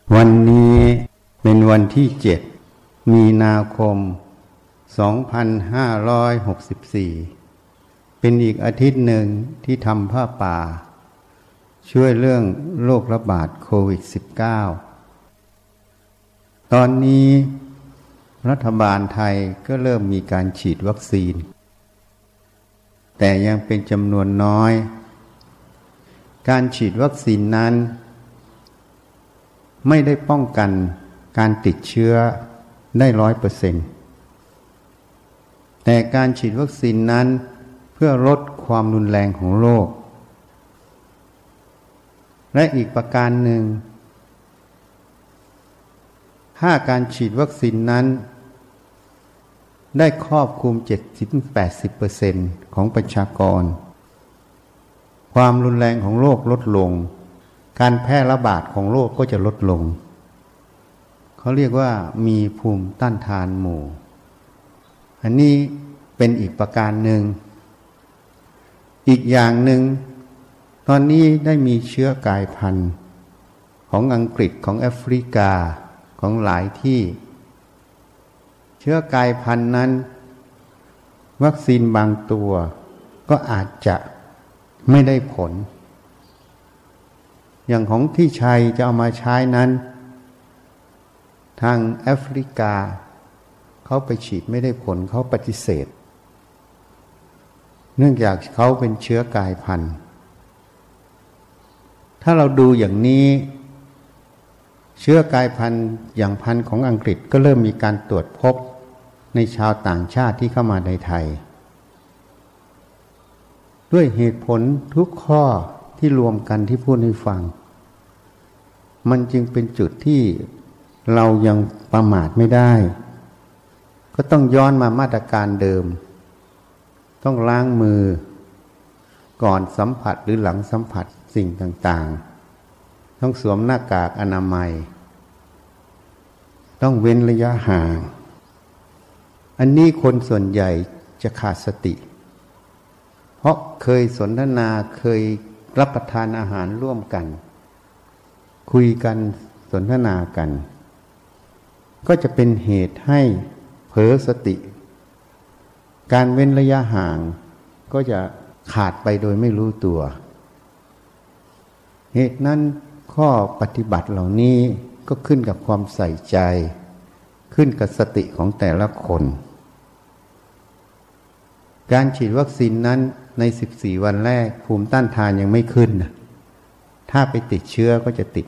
วันนี้เป็นวันที่7มีนาคม2564เป็นอีกอาทิตย์หนึ่งที่ทำผ้าป่าช่วยเรื่องโรคระบาดโควิด -19 ตอนนี้รัฐบาลไทยก็เริ่มมีการฉีดวัคซีนแต่ยังเป็นจำนวนน้อยการฉีดวัคซีนนั้นไม่ได้ป้องกันการติดเชื้อได้ 100% แต่การฉีดวัคซีนนั้นเพื่อลดความรุนแรงของโรคและอีกประการหนึ่งถ้าการฉีดวัคซีนนั้นได้ครอบคลุม 70-80% ของประชากรความรุนแรงของโรคลดลงการแพร่ระบาดของโรคก็จะลดลงเขาเรียกว่ามีภูมิต้านทานหมู่อันนี้เป็นอีกประการหนึ่งอีกอย่างหนึ่งตอนนี้ได้มีเชื้อกลายพันธุ์ของอังกฤษของแอฟริกาของหลายที่เชื้อกลายพันธุ์นั้นวัคซีนบางตัวก็อาจจะไม่ได้ผลอย่างของที่ชัยจะเอามาใช้นั้นทางแอฟริกาเขาไปฉีดไม่ได้ผลเขาปฏิเสธเนื่องจากเขาเป็นเชื้อกลายพันธุ์ถ้าเราดูอย่างนี้เชื้อกลายพันธุ์อย่างพันธุ์ของอังกฤษก็เริ่มมีการตรวจพบในชาวต่างชาติที่เข้ามาในไทยด้วยเหตุผลทุกข้อที่รวมกันที่พูดให้ฟังมันจึงเป็นจุดที่เรายังประมาทไม่ได้ก็ต้องย้อนมามาตรการเดิมต้องล้างมือก่อนสัมผัสหรือหลังสัมผัสสิ่งต่างๆต้องสวมหน้ากากอนามัยต้องเว้นระยะห่างอันนี้คนส่วนใหญ่จะขาดสติเพราะเคยสนทนาเคยรับประทานอาหารร่วมกันคุยกันสนทนากันก็จะเป็นเหตุให้เผลอสติการเว้นระยะห่างก็จะขาดไปโดยไม่รู้ตัวเหตุนั้นข้อปฏิบัติเหล่านี้ก็ขึ้นกับความใส่ใจขึ้นกับสติของแต่ละคนการฉีดวัคซีนนั้นใน14วันแรกภูมิต้านทานยังไม่ขึ้นถ้าไปติดเชื้อก็จะติด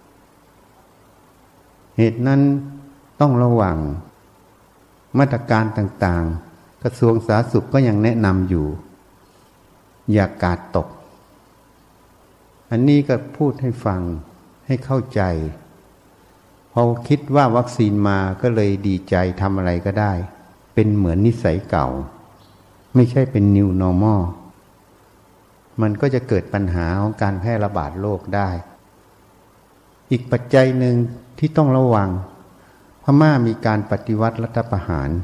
เหตุนั้นต้องระวังมาตรการต่างๆกระทรวงสาธารณสุขก็ยังแนะนำอยู่อย่ากาดตกอันนี้ก็พูดให้ฟังให้เข้าใจพอคิดว่าวัคซีนมาก็เลยดีใจทำอะไรก็ได้เป็นเหมือนนิสัยเก่าไม่ใช่เป็น New Normal มันก็จะเกิดปัญหาของการแพร่ระบาดโรคได้อีกปัจจัยหนึ่งที่ต้องระวังพม่ามีการปฏิวัติรัฐประหาร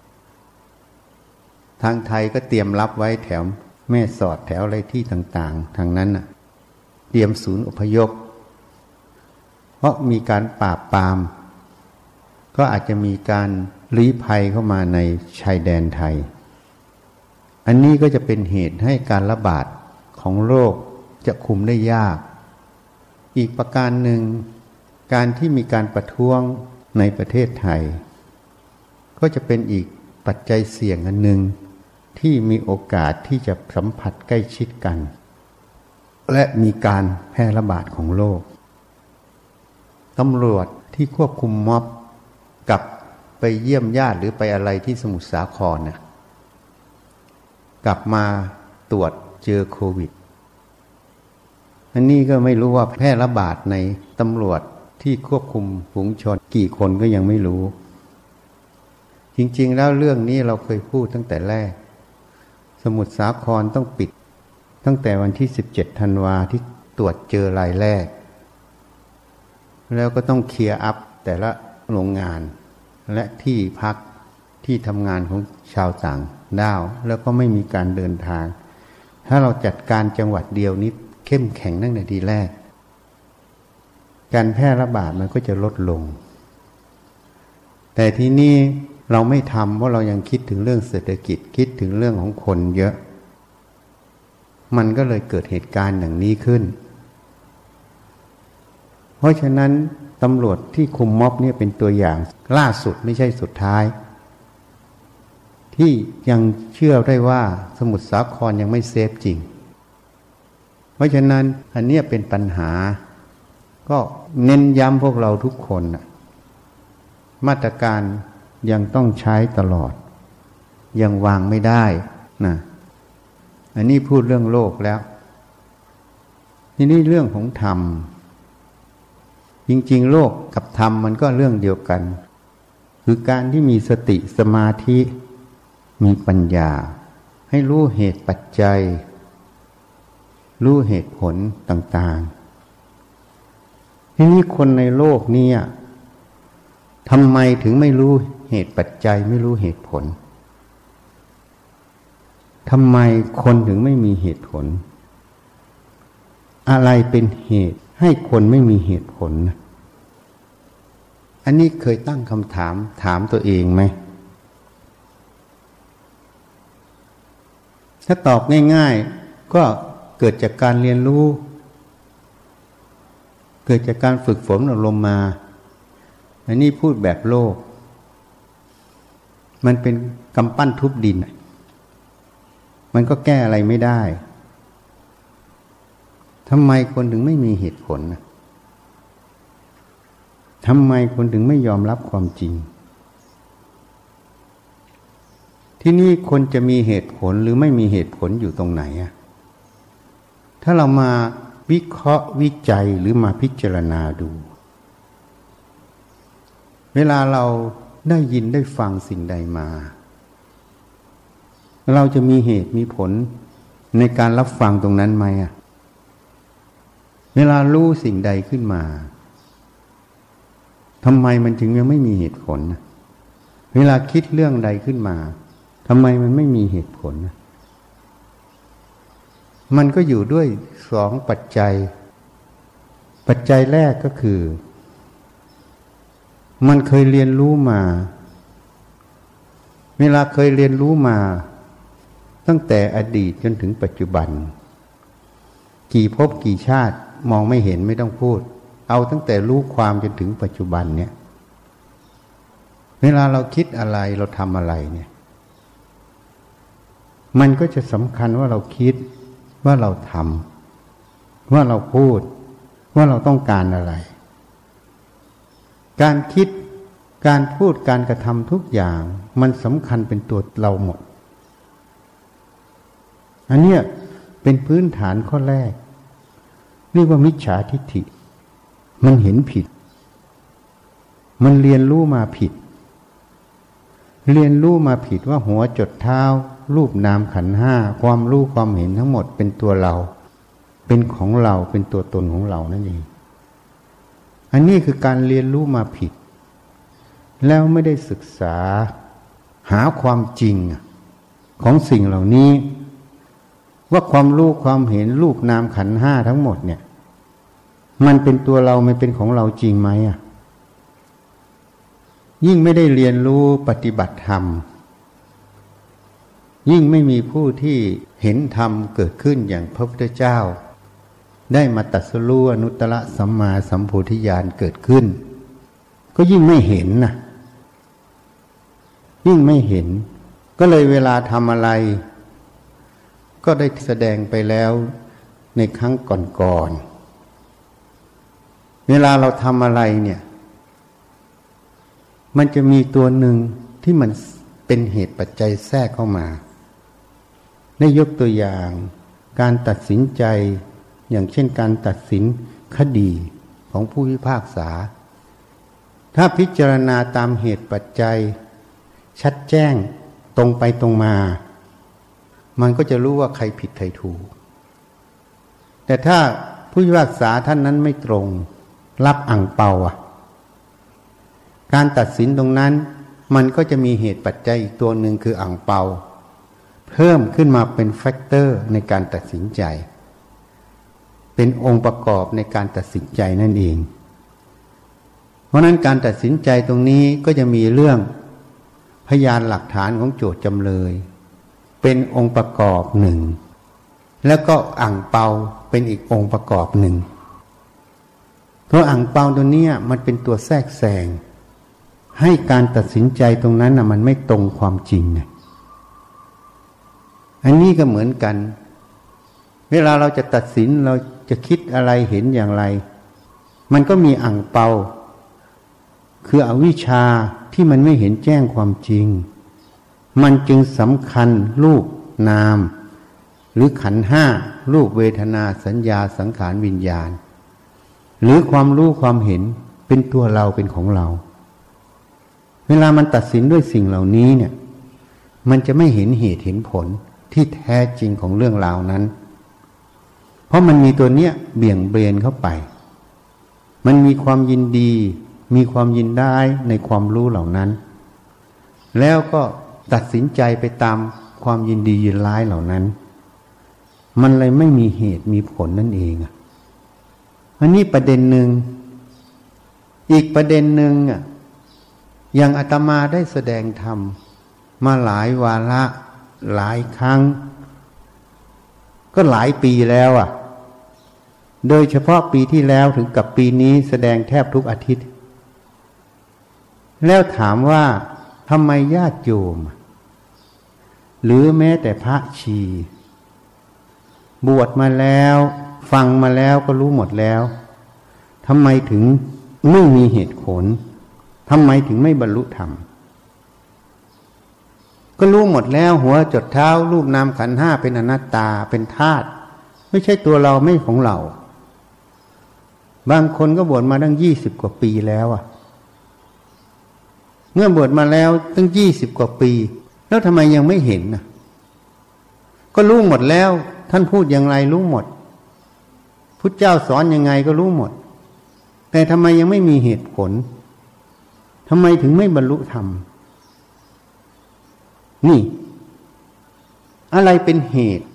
ทางไทยก็เตรียมรับไว้แถวแม่สอดแถวอะไรที่ต่างๆทางนั้นน่ะเตรียมศูนย์อพยพเพราะมีการปราบปรามก็อาจจะมีการลี้ภัยเข้ามาในชายแดนไทยอันนี้ก็จะเป็นเหตุให้การระบาดของโรคจะคุมได้ยากอีกประการหนึ่งการที่มีการประท้วงในประเทศไทยก็จะเป็นอีกปัจจัยเสี่ยงอันหนึ่งที่มีโอกาสที่จะสัมผัสใกล้ชิดกันและมีการแพร่ระบาดของโรคตำรวจที่ควบคุมม็อบกับไปเยี่ยมญาติหรือไปอะไรที่สมุทรสาครน่ะกลับมาตรวจเจอโควิดอันนี้ก็ไม่รู้ว่าแพร่ระบาดในตำรวจที่ควบคุมฝูงชนกี่คนก็ยังไม่รู้จริงๆแล้วเรื่องนี้เราเคยพูดตั้งแต่แรกสมุทรสาครต้องปิดตั้งแต่วันที่17ธันวาที่ตรวจเจอรายแรกแล้วก็ต้องเคลียร์อัพแต่ละโรงงานและที่พักที่ทำงานของชาวต่างด้าวแล้วก็ไม่มีการเดินทางถ้าเราจัดการจังหวัดเดียวนี้เข้มแข็งตั้งแต่ทีแรกการแพร่ระบาดมันก็จะลดลงแต่ที่นี่เราไม่ทำเพราะเรายังคิดถึงเรื่องเศรษฐกิจคิดถึงเรื่องของคนเยอะมันก็เลยเกิดเหตุการณ์อย่างนี้ขึ้นเพราะฉะนั้นตำรวจที่คุมม็อบเนี่ยเป็นตัวอย่างล่าสุดไม่ใช่สุดท้ายที่ยังเชื่อได้ว่าสมุทรสาครยังไม่เซฟจริงเพราะฉะนั้นอันนี้เป็นปัญหาก็เน้นย้ำพวกเราทุกคนมาตรการยังต้องใช้ตลอดยังวางไม่ได้นะอันนี้พูดเรื่องโลกแล้วทีนี้เรื่องของธรรมจริงๆโลกกับธรรมมันก็เรื่องเดียวกันคือการที่มีสติสมาธิมีปัญญาให้รู้เหตุปัจจัยรู้เหตุผลต่างๆทีนี้คนในโลกนี้ทำไมถึงไม่รู้เหตุปัจจัยไม่รู้เหตุผลทำไมคนถึงไม่มีเหตุผลอะไรเป็นเหตุให้คนไม่มีเหตุผลอันนี้เคยตั้งคำถามตัวเองไหมถ้าตอบง่ายๆก็เกิดจากการเรียนรู้เกิดจากการฝึกฝนอบรมมาอันนี้พูดแบบโลกมันเป็นกำปั้นทุบดินมันก็แก้อะไรไม่ได้ทำไมคนถึงไม่มีเหตุผลทำไมคนถึงไม่ยอมรับความจริงที่นี่คนจะมีเหตุผลหรือไม่มีเหตุผลอยู่ตรงไหนถ้าเรามาวิเคราะห์วิจัยหรือมาพิจารณาดูเวลาเราได้ยินได้ฟังสิ่งใดมาเราจะมีเหตุมีผลในการรับฟังตรงนั้นไหมเวลารู้สิ่งใดขึ้นมาทำไมมันจึงยังไม่มีเหตุผลเวลาคิดเรื่องใดขึ้นมาทำไมมันไม่มีเหตุผลมันก็อยู่ด้วยสองปัจจัยปัจจัยแรกก็คือมันเคยเรียนรู้มาเวลาเคยเรียนรู้มาตั้งแต่อดีตจนถึงปัจจุบันกี่ภพกี่ชาติมองไม่เห็นไม่ต้องพูดเอาตั้งแต่รู้ความจนถึงปัจจุบันเนี่ยเวลาเราคิดอะไรเราทำอะไรเนี่ยมันก็จะสำคัญว่าเราคิดว่าเราทำว่าเราพูดว่าเราต้องการอะไรการคิดการพูดการกระทำทุกอย่างมันสำคัญเป็นตัวเราหมดอันเนี้ยเป็นพื้นฐานข้อแรกเรียกว่ามิจฉาทิฏฐิมันเห็นผิดมันเรียนรู้มาผิดเรียนรู้มาผิดว่าหัวจดเท้ารูปนามขันธ์ห้าความรู้ความเห็นทั้งหมดเป็นตัวเราเป็นของเราเป็นตัวตนของเรานั่นเองอันนี้คือการเรียนรู้มาผิดแล้วไม่ได้ศึกษาหาความจริงของสิ่งเหล่านี้ว่าความรู้ความเห็นรูปนามขันธ์ห้าทั้งหมดเนี่ยมันเป็นตัวเรามันเป็นของเราจริงไหมยิ่งไม่ได้เรียนรู้ปฏิบัติธรรมยิ่งไม่มีผู้ที่เห็นธรรมเกิดขึ้นอย่างพระพุทธเจ้าได้มาตรัสรู้อนุตตรสัมมาสัมโพธิญาณเกิดขึ้นก็ยิ่งไม่เห็นยิ่งไม่เห็นก็เลยเวลาทำอะไรก็ได้แสดงไปแล้วในครั้งก่อนเวลาเราทำอะไรเนี่ยมันจะมีตัวหนึ่งที่มันเป็นเหตุปัจจัยแทรกเข้ามาได้ยกตัวอย่างการตัดสินใจอย่างเช่นการตัดสินคดีของผู้พิพากษาถ้าพิจารณาตามเหตุปัจจัยชัดแจ้งตรงไปตรงมามันก็จะรู้ว่าใครผิดใครถูกแต่ถ้าผู้พิพากษาท่านนั้นไม่ตรงรับอั่งเปาการตัดสินตรงนั้นมันก็จะมีเหตุปัจจัยอีกตัวหนึ่งคืออั่งเปาเพิ่มขึ้นมาเป็นแฟกเตอร์ในการตัดสินใจเป็นองค์ประกอบในการตัดสินใจนั่นเองราะนั้นการตัดสินใจตรงนี้ก็จะมีเรื่องพยานหลักฐานของโจทย์จำเลยเป็นองค์ประกอบหนึ่งแล้วก็อั่งเปาเป็นอีกองค์ประกอบหนึ่งตัวอั่งเปาตัวนี้มันเป็นตัวแทรกแซงให้การตัดสินใจตรงนั้นมันไม่ตรงความจริงอันนี้ก็เหมือนกันเวลาเราจะตัดสินเราจะคิดอะไรเห็นอย่างไรมันก็มีอั่งเปาคืออวิชชาที่มันไม่เห็นแจ้งความจริงมันจึงสำคัญรูปนามหรือขันธ์ห้ารูปเวทนาสัญญาสังขารวิญญาณหรือความรู้ความเห็นเป็นตัวเราเป็นของเราเวลามันตัดสินด้วยสิ่งเหล่านี้เนี่ยมันจะไม่เห็นเหตุเห็นผลที่แท้จริงของเรื่องราวนั้นเพราะมันมีตัวเนี้ยเบี่ยงเบนเข้าไปมันมีความยินดีมีความยินได้ในความรู้เหล่านั้นแล้วก็ตัดสินใจไปตามความยินดียินร้ายเหล่านั้นมันเลยไม่มีเหตุมีผลนั่นเองอันนี้ประเด็นหนึ่งอีกประเด็นหนึ่งอย่างอาตมาได้แสดงธรรมมาหลายวาระหลายครั้งก็หลายปีแล้วโดยเฉพาะปีที่แล้วถึงกับปีนี้แสดงแทบทุกอาทิตย์แล้วถามว่าทำไมญาติโยมหรือแม้แต่พระชีบวชมาแล้วฟังมาแล้วก็รู้หมดแล้วทำไมถึงไม่มีเหตุผลทำไมถึงไม่บรรลุธรรมก็รู้หมดแล้วหัวจดเท้ารูปนามขันธ์ห้าเป็นอนัตตาเป็นธาตุไม่ใช่ตัวเราไม่ของเราบางคนก็บวชมาตั้ง20 กว่าปีแล้วเมื่อบวชมาแล้วตั้ง20 กว่าปีแล้วทำไมยังไม่เห็นก็รู้หมดแล้วท่านพูดอย่างไรรู้หมดพุทธเจ้าสอนยังไงก็รู้หมดแต่ทำไมยังไม่มีเหตุผลทำไมถึงไม่บรรลุธรรมนี่อะไรเป็นเหตุ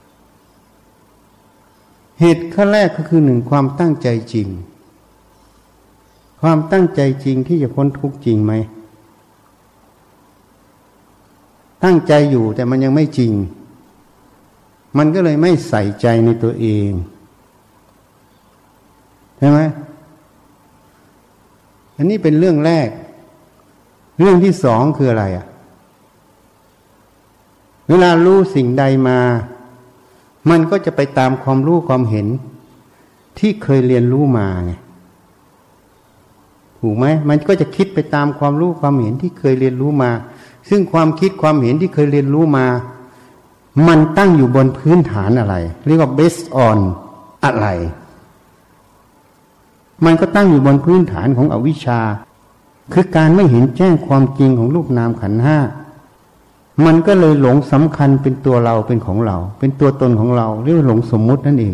ข้อแรกก็คือหนึ่งความตั้งใจจริงความตั้งใจจริงที่จะพ้นทุกข์จริงไหมตั้งใจอยู่แต่มันยังไม่จริงมันก็เลยไม่ใส่ใจในตัวเองใช่ไหมอันนี้เป็นเรื่องแรกเรื่องที่สองคืออะไรเวลารู้สิ่งใดมามันก็จะไปตามความรู้ความเห็นที่เคยเรียนรู้มาไงถูกไหมมันก็จะคิดไปตามความรู้ความเห็นที่เคยเรียนรู้มาซึ่งความคิดความเห็นที่เคยเรียนรู้มามันตั้งอยู่บนพื้นฐานอะไรเรียกว่า based on อะไรมันก็ตั้งอยู่บนพื้นฐานของอวิชชาคือการไม่เห็นแจ้งความจริงของรูปนามขันธ์ห้ามันก็เลยหลงสำคัญเป็นตัวเราเป็นของเราเป็นตัวตนของเราเรียกว่าหลงสมมุตินั่นเอง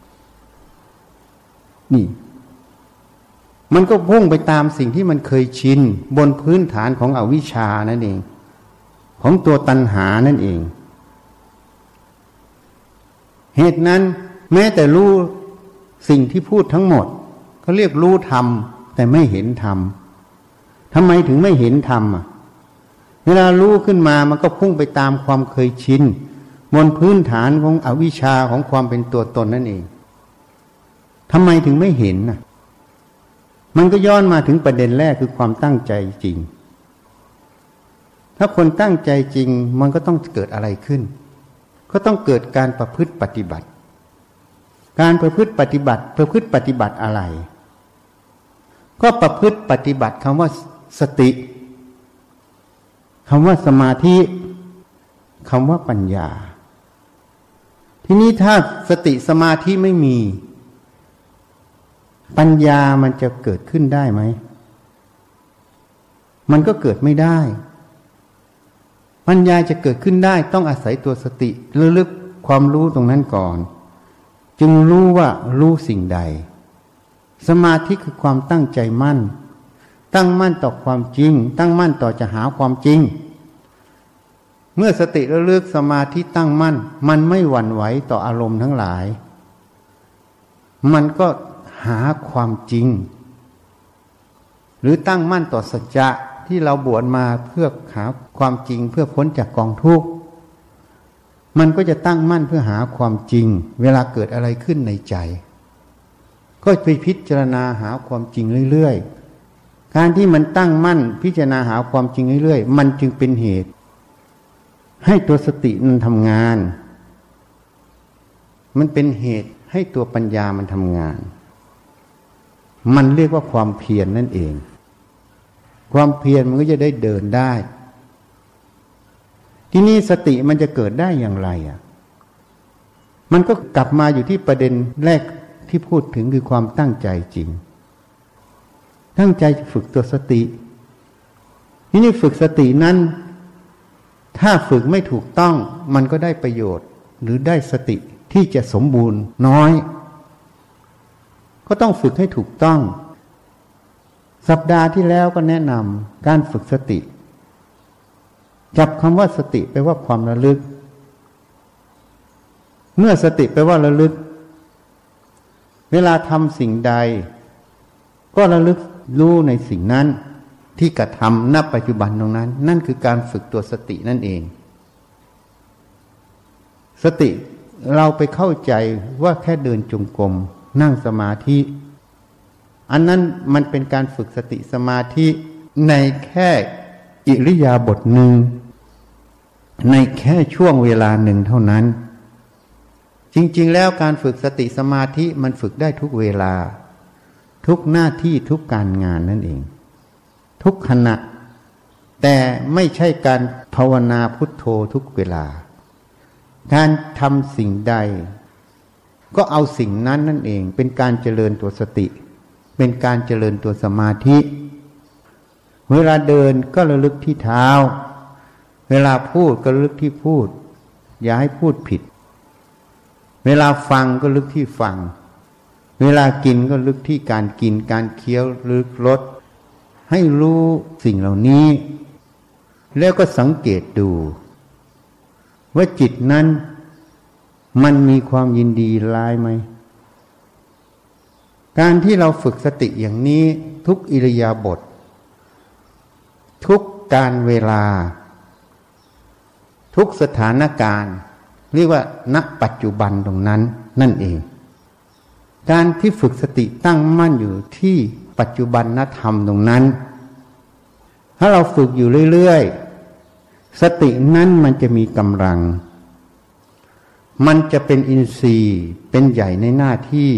นี่มันก็พุ่งไปตามสิ่งที่มันเคยชินบนพื้นฐานของอวิชชานั่นเองของตัวตัณหานั่นเองเหตุนั้นแม้แต่รู้สิ่งที่พูดทั้งหมดเขาเรียกรู้ธรรมแต่ไม่เห็นธรรมทำไมถึงไม่เห็นธรรมเวลารู้ขึ้นมามันก็พุ่งไปตามความเคยชินบนพื้นฐานของอวิชชาของความเป็นตัวตนนั่นเองทำไมถึงไม่เห็นมันก็ย้อนมาถึงประเด็นแรกคือความตั้งใจจริงถ้าคนตั้งใจจริงมันก็ต้องเกิดอะไรขึ้นก็ต้องเกิดการประพฤติปฏิบัติการประพฤติปฏิบัติอะไรก็ประพฤติปฏิบัติคำว่าสติคำว่าสมาธิคำว่าปัญญาทีนี้ถ้าสติสมาธิไม่มีปัญญามันจะเกิดขึ้นได้ไหมมันก็เกิดไม่ได้ปัญญาจะเกิดขึ้นได้ต้องอาศัยตัวสติระลึกความรู้ตรงนั้นก่อนจึงรู้ว่ารู้สิ่งใดสมาธิคือความตั้งใจมั่นตั้งมั่นต่อความจริงตั้งมั่นต่อจะหาความจริงเมื่อสติระลึกสมาธิตั้งมั่นมันไม่หวั่นไหวต่ออารมณ์ทั้งหลายมันก็หาความจริงหรือตั้งมั่นต่อสัจจะที่เราบวชมาเพื่อหาความจริงเพื่อพ้นจากกองทุกข์มันก็จะตั้งมั่นเพื่อหาความจริงเวลาเกิดอะไรขึ้นในใจก็ไปพิจารณาหาความจริงเรื่อยๆการที่มันตั้งมั่นพิจารณาหาความจริงเรื่อยๆมันจึงเป็นเหตุให้ตัวสติมันทำงานมันเป็นเหตุให้ตัวปัญญามันทำงานมันเรียกว่าความเพียร นั่นเองความเพียรมันก็จะได้เดินได้ที่นี่สติมันจะเกิดได้อย่างไรมันก็กลับมาอยู่ที่ประเด็นแรกที่พูดถึงคือความตั้งใจจริงตั้งใจฝึกตัวสติที่นี่ฝึกสตินั้นถ้าฝึกไม่ถูกต้องมันก็ได้ประโยชน์หรือได้สติที่จะสมบูรณ์น้อยก็ต้องฝึกให้ถูกต้องสัปดาห์ที่แล้วก็แนะนำการฝึกสติจับคำว่าสติแปลว่าความระลึกเมื่อสติแปลว่าระลึกเวลาทำสิ่งใดก็ระลึกรู้ในสิ่งนั้นที่กระทำณปัจจุบันตรงนั้นนั่นคือการฝึกตัวสตินั่นเองสติเราไปเข้าใจว่าแค่เดินจงกรมนั่งสมาธิอันนั้นมันเป็นการฝึกสติสมาธิในแค่อิริยาบถหนึ่งในแค่ช่วงเวลาหนึ่งเท่านั้นจริงๆแล้วการฝึกสติสมาธิมันฝึกได้ทุกเวลาทุกหน้าที่ทุกการงานนั่นเองทุกขณะแต่ไม่ใช่การภาวนาพุทโธทุกเวลาการทำสิ่งใดก็เอาสิ่งนั้นนั่นเองเป็นการเจริญตัวสติเป็นการเจริญตัวสมาธิเวลาเดินก็ระลึกที่เท้าเวลาพูดก็ระลึกที่พูดอย่าให้พูดผิดเวลาฟังก็ระลึกที่ฟังเวลากินก็ระลึกที่การกินการเคี้ยวระลึกรสให้รู้สิ่งเหล่านี้แล้วก็สังเกตดูว่าจิตนั้นมันมีความยินดีร้ายไหมการที่เราฝึกสติอย่างนี้ทุกอิริยาบถทุกการเวลาทุกสถานการณ์เรียกว่าณปัจจุบันตรงนั้นนั่นเองการที่ฝึกสติตั้งมั่นอยู่ที่ปัจจุบันธรรมตรงนั้นถ้าเราฝึกอยู่เรื่อยๆสตินั้นมันจะมีกำลังมันจะเป็นอินทรีย์เป็นใหญ่ในหน้าที่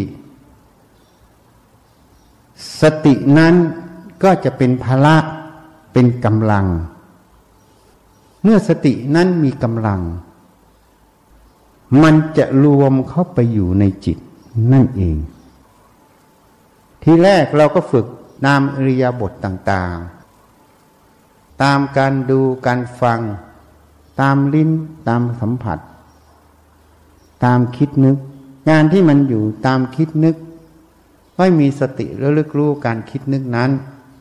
สตินั้นก็จะเป็นพละเป็นกำลังเมื่อสตินั้นมีกำลังมันจะรวมเข้าไปอยู่ในจิตนั่นเองทีแรกเราก็ฝึกตามอิริยาบถต่างๆตามการดูการฟังตามลิ้นตามสัมผัสตามคิดนึกงานที่มันอยู่ตามคิดนึกก็มีสติระลึกรู้การคิดนึกนั้น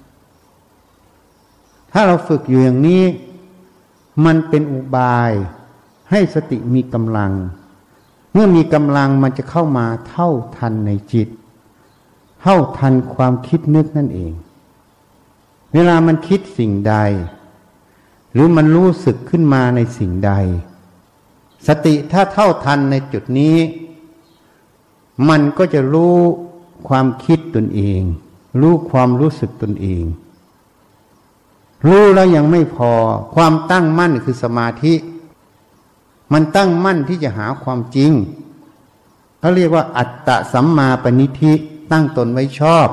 ถ้าเราฝึกอยู่อย่างนี้มันเป็นอุบายให้สติมีกำลังเมื่อมีกำลังมันจะเข้ามาเท่าทันในจิตเท่าทันความคิดนึกนั่นเองเวลามันคิดสิ่งใดหรือมันรู้สึกขึ้นมาในสิ่งใดสติถ้าเท่าทันในจุดนี้มันก็จะรู้ความคิดตนเองรู้ความรู้สึกตนเองรู้แล้วยังไม่พอความตั้งมั่นคือสมาธิมันตั้งมั่นที่จะหาความจริงเขาเรียกว่าอัตตสัมมาปณิธิตั้งตนไว้ชอบ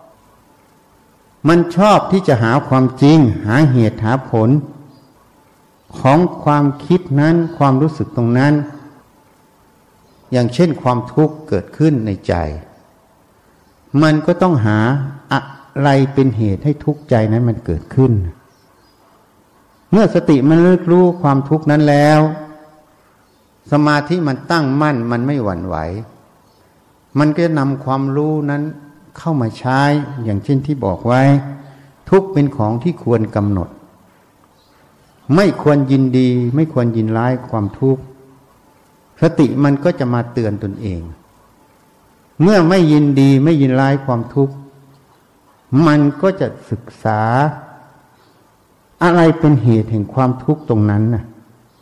มันชอบที่จะหาความจริงหาเหตุหาผลของความคิดนั้นความรู้สึกตรงนั้นอย่างเช่นความทุกข์เกิดขึ้นในใจมันก็ต้องหาอะไรเป็นเหตุให้ทุกข์ใจนั้นมันเกิดขึ้นเมื่อสติมันรู้ความทุกข์นั้นแล้วสมาธิมันตั้งมั่นมันไม่หวั่นไหวมันก็จะนำความรู้นั้นเข้ามาใช้อย่างเช่นที่บอกไว้ทุกข์เป็นของที่ควรกำหนดไม่ควรยินดีไม่ควรยินร้ายความทุกข์สติมันก็จะมาเตือนตนเองเมื่อไม่ยินดีไม่ยินร้ายความทุกข์มันก็จะศึกษาอะไรเป็นเหตุแห่งความทุกข์ตรงนั้นน่ะ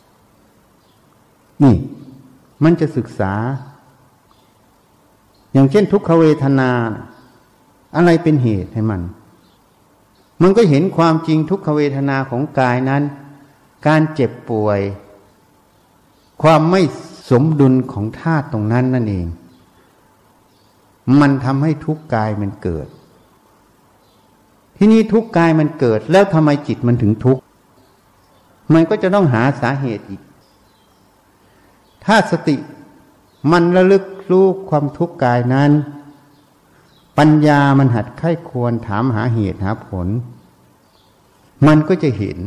นี่มันจะศึกษาอย่างเช่นทุกขเวทนาอะไรเป็นเหตุให้มันก็เห็นความจริงทุกขเวทนาของกายนั้นการเจ็บป่วยความไม่สมดุลของธาตุตรงนั้นนั่นเองมันทำให้ทุกข์กายมันเกิดที่นี่ทุกข์กายมันเกิดแล้วทำไมจิตมันถึงทุกข์มันก็จะต้องหาสาเหตุอีกถ้าสติมันระลึกรู้ความทุกข์กายนั้นปัญญามันหัดไข้ควรถามหาเหตุหาผลมันก็จะเห็น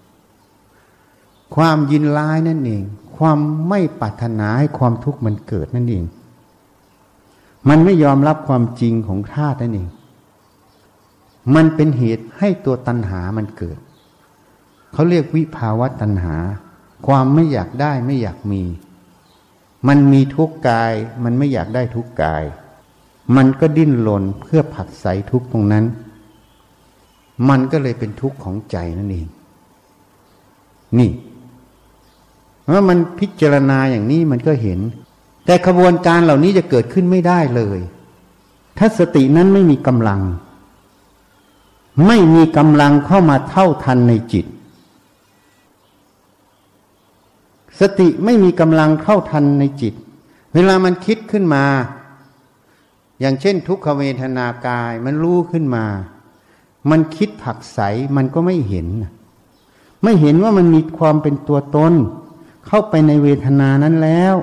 ความยินร้ายนั่นเองความไม่ปรารถนาให้ความทุกข์มันเกิดนั่นเองมันไม่ยอมรับความจริงของธาตุนั่นเองมันเป็นเหตุให้ตัวตัณหามันเกิดเขาเรียกวิภาวะตัณหาความไม่อยากได้ไม่อยากมีมันมีทุกข์กายมันไม่อยากได้ทุกข์กายมันก็ดิ้นรนเพื่อผลักไสทุกข์ตรงนั้นมันก็เลยเป็นทุกข์ของใจนั่นเองนี่เมื่อมันพิจารณาอย่างนี้มันก็เห็นแต่ขบวนการเหล่านี้จะเกิดขึ้นไม่ได้เลยถ้าสตินั้นไม่มีกำลังเข้ามาเท่าทันในจิตสติไม่มีกำลังเข้าทันในจิตเวลามันคิดขึ้นมาอย่างเช่นทุกขเวทนากายมันรู้ขึ้นมามันคิดผลักไสมันก็ไม่เห็นว่ามันมีความเป็นตัวตนเข้าไปในเวทนานั้นแล้ว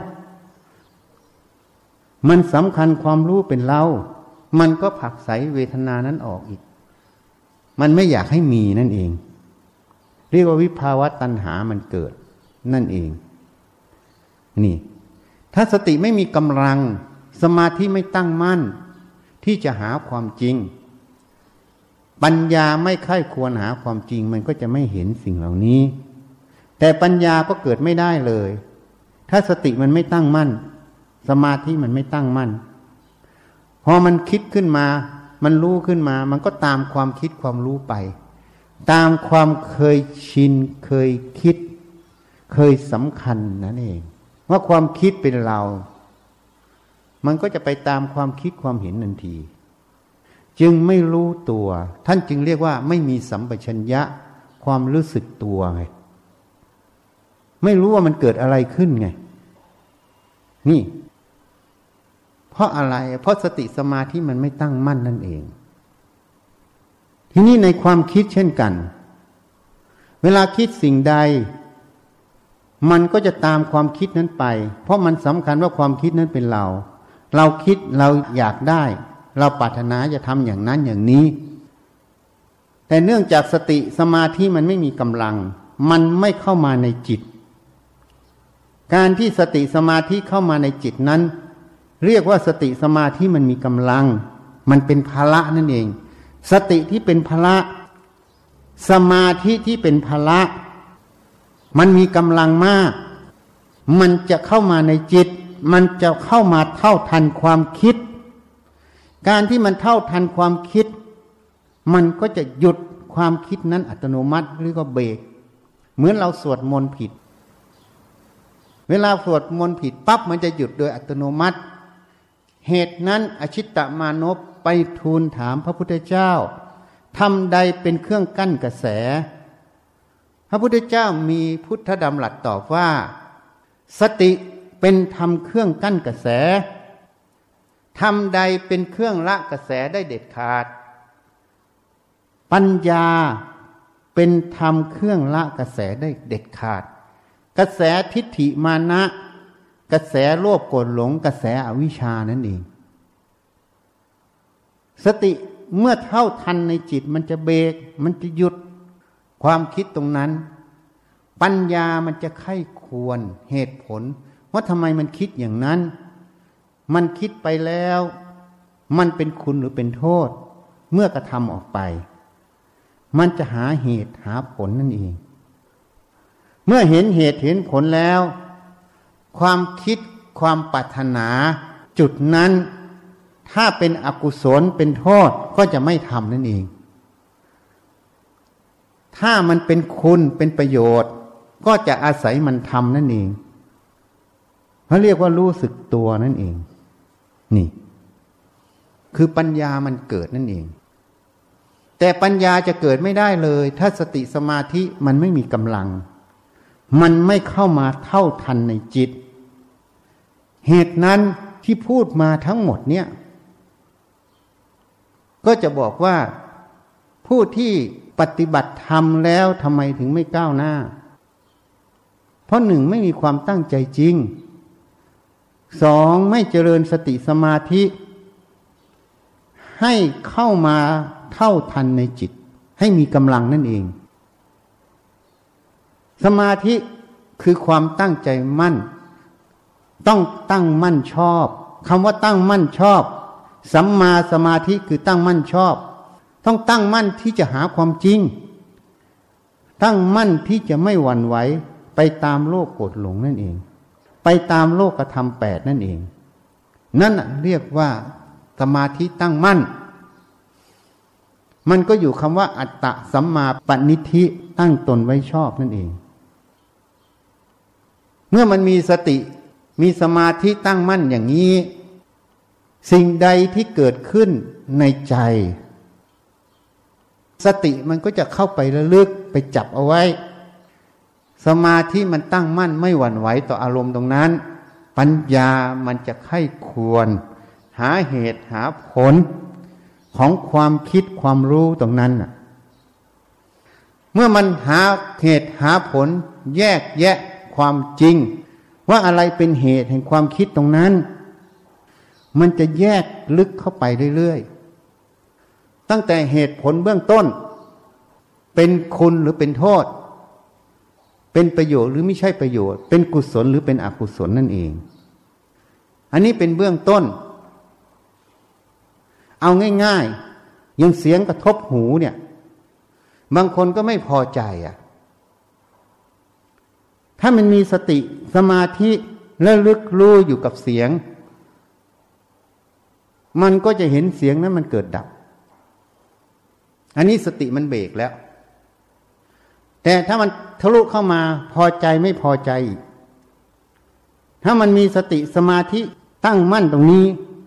มันสำคัญความรู้เป็นเรามันก็ผลักไสเวทนานั้นออกอีกมันไม่อยากให้มีนั่นเองเรียกว่าวิภาวะตัณหามันเกิดนั่นเองนี่ถ้าสติไม่มีกำลังสมาธิไม่ตั้งมั่นที่จะหาความจริงปัญญาไม่ใคร่ควรหาความจริงมันก็จะไม่เห็นสิ่งเหล่านี้แต่ปัญญาก็เกิดไม่ได้เลยถ้าสติมันไม่ตั้งมั่นสมาธิมันไม่ตั้งมั่นพอมันคิดขึ้นมามันรู้ขึ้นมามันก็ตามความคิดความรู้ไปตามความเคยชินเคยคิดเคยสำคัญนั่นเองว่าความคิดเป็นเรามันก็จะไปตามความคิดความเห็นทันทีจึงไม่รู้ตัวท่านจึงเรียกว่าไม่มีสัมปชัญญะความรู้สึกตัวไงไม่รู้ว่ามันเกิดอะไรขึ้นไงนี่เพราะอะไรเพราะสติสมาธิมันไม่ตั้งมั่นนั่นเองทีนี้ในความคิดเช่นกันเวลาคิดสิ่งใดมันก็จะตามความคิดนั้นไปเพราะมันสำคัญว่าความคิดนั้นเป็นเราคิดเราอยากได้เราปรารถนาจะทำอย่างนั้นอย่างนี้แต่เนื่องจากสติสมาธิมันไม่มีกำลังมันไม่เข้ามาในจิตการที่สติสมาธิเข้ามาในจิตนั้นเรียกว่าสติสมาธิมันมีกำลังมันเป็นภาระนั่นเองสติที่เป็นภาระสมาธิที่เป็นภาระมันมีกำลังมากมันจะเข้ามาในจิตมันจะเข้ามาเท่าทันความคิดการที่มันเท่าทันความคิดมันก็จะหยุดความคิดนั้นอัตโนมัติหรือก็เบรกเหมือนเราสวดมนต์ผิดเวลาสวดมนต์ผิดปั๊บมันจะหยุดโดยอัตโนมัติเหตุนั้นอชิตตมานพไปทูลถามพระพุทธเจ้าทำใดเป็นเครื่องกั้นกระแสพระพุทธเจ้ามีพุทธดำรัสตอบว่าสติเป็นธรรมเครื่องกั้นกระแสธรรมใดเป็นเครื่องละกระแสได้เด็ดขาดปัญญาเป็นธรรมเครื่องละกระแสได้เด็ดขาดกระแสทิฏฐิมานะกระแสโลภโกรธหลงกระแสอวิชชานั่นเองสติเมื่อเท่าทันในจิตมันจะเบรกมันจะหยุดความคิดตรงนั้นปัญญามันจะไข้ควรเหตุผลว่าทำไมมันคิดอย่างนั้นมันคิดไปแล้วมันเป็นคุณหรือเป็นโทษเมื่อกระทำออกไปมันจะหาเหตุหาผลนั่นเองเมื่อเห็นเหตุเห็นผลแล้วความคิดความปรารถนาจุดนั้นถ้าเป็นอกุศลเป็นโทษก็จะไม่ทำนั่นเองถ้ามันเป็นคุณเป็นประโยชน์ก็จะอาศัยมันทำนั่นเองเขาเรียกว่ารู้สึกตัวนั่นเองนี่คือปัญญามันเกิดนั่นเองแต่ปัญญาจะเกิดไม่ได้เลยถ้าสติสมาธิมันไม่มีกำลังมันไม่เข้ามาเท่าทันในจิตเหตุนั้นที่พูดมาทั้งหมดเนี่ยก็จะบอกว่าผู้ที่ปฏิบัติธรรมแล้วทำไมถึงไม่ก้าวหน้าเพราะหนึ่งไม่มีความตั้งใจจริงสองไม่เจริญสติสมาธิให้เข้ามาเท่าทันในจิตให้มีกำลังนั่นเองสมาธิคือความตั้งใจมั่นต้องตั้งมั่นชอบคำว่าตั้งมั่นชอบสัมมาสมาธิคือตั้งมั่นชอบต้องตั้งมั่นที่จะหาความจริงตั้งมั่นที่จะไม่หวั่นไหวไปตามโลภโกรธหลงนั่นเองไปตามโลกธรรม8นั่นเองนั่นเรียกว่าสมาธิตั้งมั่นมันก็อยู่คำว่าอัตตะสัมมาปณิธิตั้งตนไว้ชอบนั่นเองเมื่อมันมีสติมีสมาธิตั้งมั่นอย่างนี้สิ่งใดที่เกิดขึ้นในใจสติมันก็จะเข้าไประลึกไปจับเอาไว้สมาธิมันตั้งมั่นไม่หวั่นไหวต่ออารมณ์ตรงนั้นปัญญามันจะไข้ควรหาเหตุหาผลของความคิดความรู้ตรงนั้นเมื่อมันหาเหตุหาผลแยกแยะความจริงว่าอะไรเป็นเหตุแห่งความคิดตรงนั้นมันจะแยกลึกเข้าไปเรื่อยๆตั้งแต่เหตุผลเบื้องต้นเป็นคุณหรือเป็นโทษเป็นประโยชน์หรือไม่ใช่ประโยชน์เป็นกุศลหรือเป็นอกุศลนั่นเองอันนี้เป็นเบื้องต้นเอาง่ายๆอย่างเสียงกระทบหูเนี่ยบางคนก็ไม่พอใจถ้ามันมีสติสมาธิและลึกรู้อยู่กับเสียงมันก็จะเห็นเสียงนั้นมันเกิดดับอันนี้สติมันเบรกแล้วแต่ถ้ามันทะลุเข้ามาพอใจไม่พอใจอีกถ้ามันมีสติสมาธิตั้งมั่นตรงนี้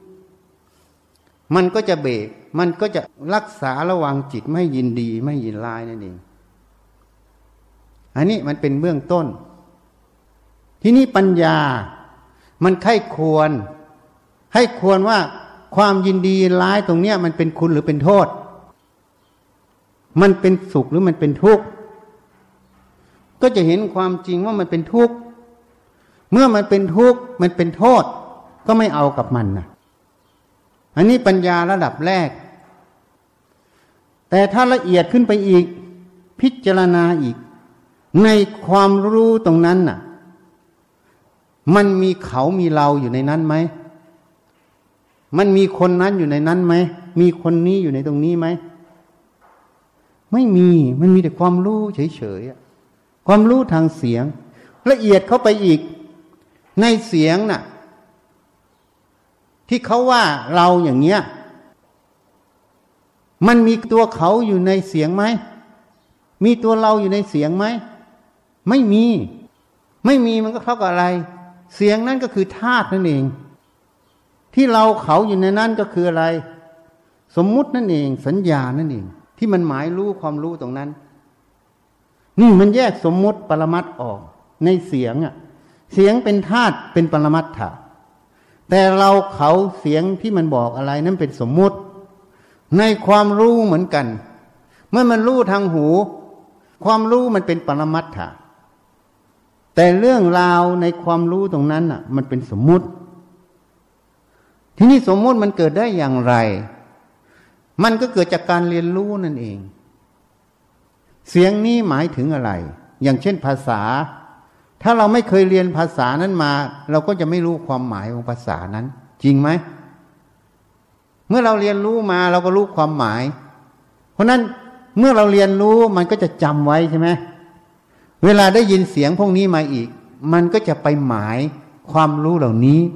มันก็จะเบรกมันก็จะรักษาระวังจิตไม่ยินดีไม่ยินร้ายนั่นเองอันนี้มันเป็นเบื้องต้นที่นี่ปัญญามันไข้ควรให้ควรว่าความยินดีร้ายตรงเนี้ยมันเป็นคุณหรือเป็นโทษมันเป็นสุขหรือมันเป็นทุกข์ก็จะเห็นความจริงว่ามันเป็นทุกข์เมื่อมันเป็นทุกข์มันเป็นโทษก็ไม่เอากับมันนะอันนี้ปัญญาระดับแรกแต่ถ้าละเอียดขึ้นไปอีกพิจารณาอีกในความรู้ตรงนั้นน่ะมันมีเขามีเราอยู่ในนั้นไหมมันมีคนนั้นอยู่ในนั้นไหมมีคนนี้อยู่ในตรงนี้ไหมไม่มีมันมีแต่ความรู้เฉยๆความรู้ทางเสียงละเอียดเข้าไปอีกในเสียงน่ะที่เขาว่าเราอย่างเงี้ยมันมีตัวเขาอยู่ในเสียงไหมมีตัวเราอยู่ในเสียงไหมไม่มีมันก็เท่ากับอะไรเสียงนั่นก็คือธาตุนั่นเองที่เราเขาอยู่ในนั้นก็คืออะไรสมมุตินั่นเองสัญญานั่นเองที่มันหมายรู้ความรู้ตรงนั้นนี่มันแยกสมมุติปรมัตถ์ออกในเสียงเสียงเป็นธาตุเป็นปรมัตถ์แต่เราเขาเสียงที่มันบอกอะไรนั้นเป็นสมมุติในความรู้เหมือนกันเมื่อมันรู้ทางหูความรู้มันเป็นปรมัตถ์แต่เรื่องราวในความรู้ตรงนั้นมันเป็นสมมุติที่นี่สมมุติมันเกิดได้อย่างไรมันก็เกิดจากการเรียนรู้นั่นเองเสียงนี้หมายถึงอะไรอย่างเช่นภาษาถ้าเราไม่เคยเรียนภาษานั้นมาเราก็จะไม่รู้ความหมายของภาษานั้นจริงไหมเมื่อเราเรียนรู้มาเราก็รู้ความหมายเพราะนั้นเมื่อเราเรียนรู้มันก็จะจำไว้ใช่ไหมเวลาได้ยินเสียงพวกนี้มาอีกมันก็จะไปหมายความรู้เหล่านี้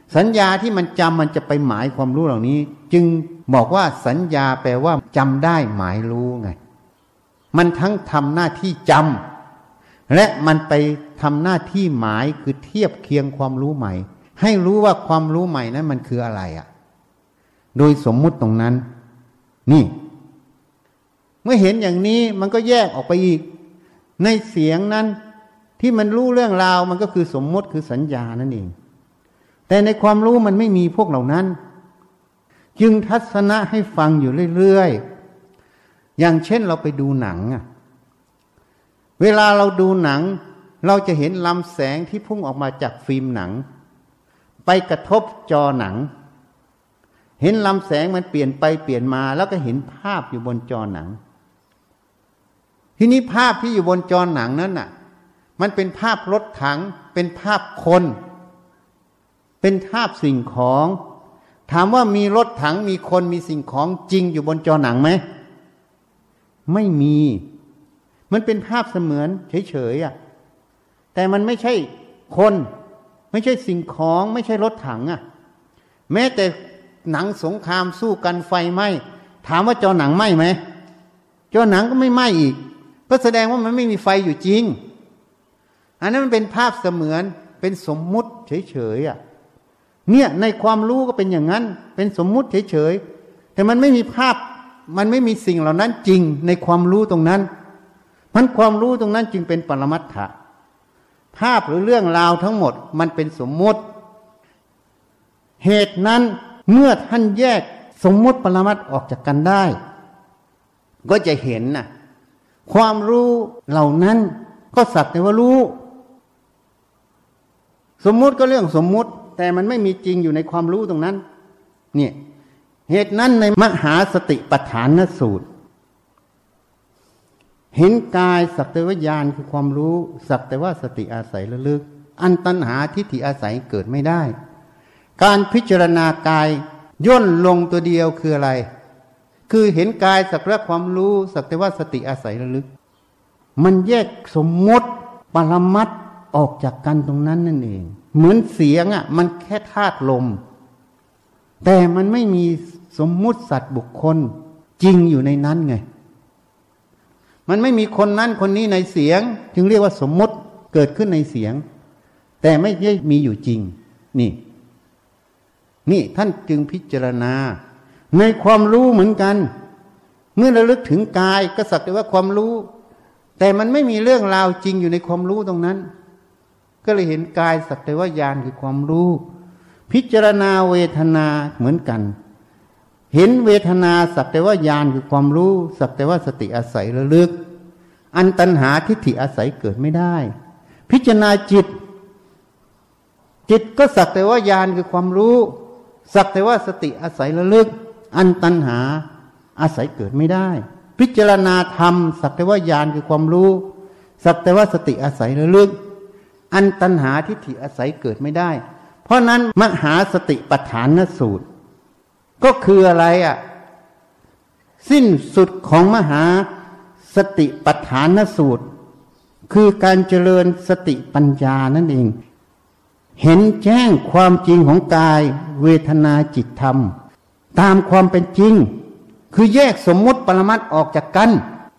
สัญญาที่มันจำมันจะไปหมายความรู้เหล่านี้ จึงบอกว่าสัญญาแปลว่าจำได้หมายรู้ไงมันทั้งทำหน้าที่จำและมันไปทำหน้าที่หมายคือเทียบเคียงความรู้ใหม่ให้รู้ว่าความรู้ใหม่นั้นมันคืออะไรโดยสมมุติตรงนั้นนี่เมื่อเห็นอย่างนี้มันก็แยกออกไปอีกในเสียงนั้นที่มันรู้เรื่องราวมันก็คือสมมุติคือสัญญานั่นเองแต่ในความรู้มันไม่มีพวกเหล่านั้นจึงทัศนะให้ฟังอยู่เรื่อยๆอย่างเช่นเราไปดูหนังเวลาเราดูหนังเราจะเห็นลำแสงที่พุ่งออกมาจากฟิล์มหนังไปกระทบจอหนังเห็นลำแสงมันเปลี่ยนไปเปลี่ยนมาแล้วก็เห็นภาพอยู่บนจอหนังทีนี้ภาพที่อยู่บนจอหนังนั้นมันเป็นภาพรถถังเป็นภาพคนเป็นภาพสิ่งของถามว่ามีรถถังมีคนมีสิ่งของจริงอยู่บนจอหนังไหมไม่มีมันเป็นภาพเสมือนเฉยๆแต่มันไม่ใช่คนไม่ใช่สิ่งของไม่ใช่รถถังแม้แต่หนังสงครามสู้กันไฟไหม้ถามว่าจอหนังไหม้ไหมจอหนังก็ไม่ไหม้อีกก็แสดงว่ามันไม่มีไฟอยู่จริงอันนั้นมันเป็นภาพเสมือนเป็นสมมุติเฉยๆเนี่ยในความรู้ก็เป็นอย่างนั้นเป็นสมมุติเฉยๆแต่มันไม่มีภาพมันไม่มีสิ่งเหล่านั้นจริงในความรู้ตรงนั้นมันความรู้ตรงนั้นจึงเป็นปรมัตถะภาพหรือเรื่องราวทั้งหมดมันเป็นสมมุติเหตุนั้นเมื่อท่านแยกสมมุติปรมัตถ์ออกจากกันได้ก็จะเห็นความรู้เหล่านั้นก็สักแต่ว่ารู้สมมุติก็เรื่องสมมุติแต่มันไม่มีจริงอยู่ในความรู้ตรงนั้นเนี่ยเหตุนั้นในมหาสติปัฏฐานสูตรเห็นกายสักแต่ว่าญาณคือความรู้สักแต่ว่าสติอาศัยระลึกอันตัณหาทิฏฐิอาศัยเกิดไม่ได้การพิจารณากายย่นลงตัวเดียวคืออะไรคือเห็นกายสักแต่ว่าความรู้สักแต่ว่าสติอาศัยระลึกมันแยกสมมติปรมัตถ์ออกจากกันตรงนั้นนั่นเองเหมือนเสียงมันแค่ธาตุลมแต่มันไม่มีสมมุติสัตว์บุคคลจริงอยู่ในนั้นไงมันไม่มีคนนั้นคนนี้ในเสียงจึงเรียกว่าสมมุติเกิดขึ้นในเสียงแต่ไม่ได้มีอยู่จริงนี่ท่านจึงพิจารณาในความรู้เหมือนกันเมื่อระลึกถึงกายก็สักแต่ว่าความรู้แต่มันไม่มีเรื่องราวจริงอยู่ในความรู้ตรงนั้นก็เลยเห็นกายสักแต่ว่าญาณคือความรู้พิจารณาเวทนาเหมือนกันเห็นเวทนาสักแต่ว่าญาณคือความรู้สักแต่ว่าสติอาศัยระลึกอันตัณหาทิฏฐิอาศัยเกิดไม่ได้พิจารณาจิตก็สักแต่ว่าญาณคือความรู้สักแต่ว่าสติอาศัยระลึกอันตัณหาอาศัยเกิดไม่ได้พิจารณาธรรมสักแต่ว่าญาณคือความรู้สักแต่ว่าสติอาศัยระลึกอันตัณหาทิฏฐิอาศัยเกิดไม่ได้เพราะนั้นมหาสติปัฏฐานสูตรก็คืออะไรสิ้นสุดของมหาสติปัฏฐานสูตรคือการเจริญสติปัญญานั่นเองเห็นแจ้งความจริงของกายเวทนาจิตธรรมตามความเป็นจริงคือแยกสมมุติปรมัตถ์ออกจากกัน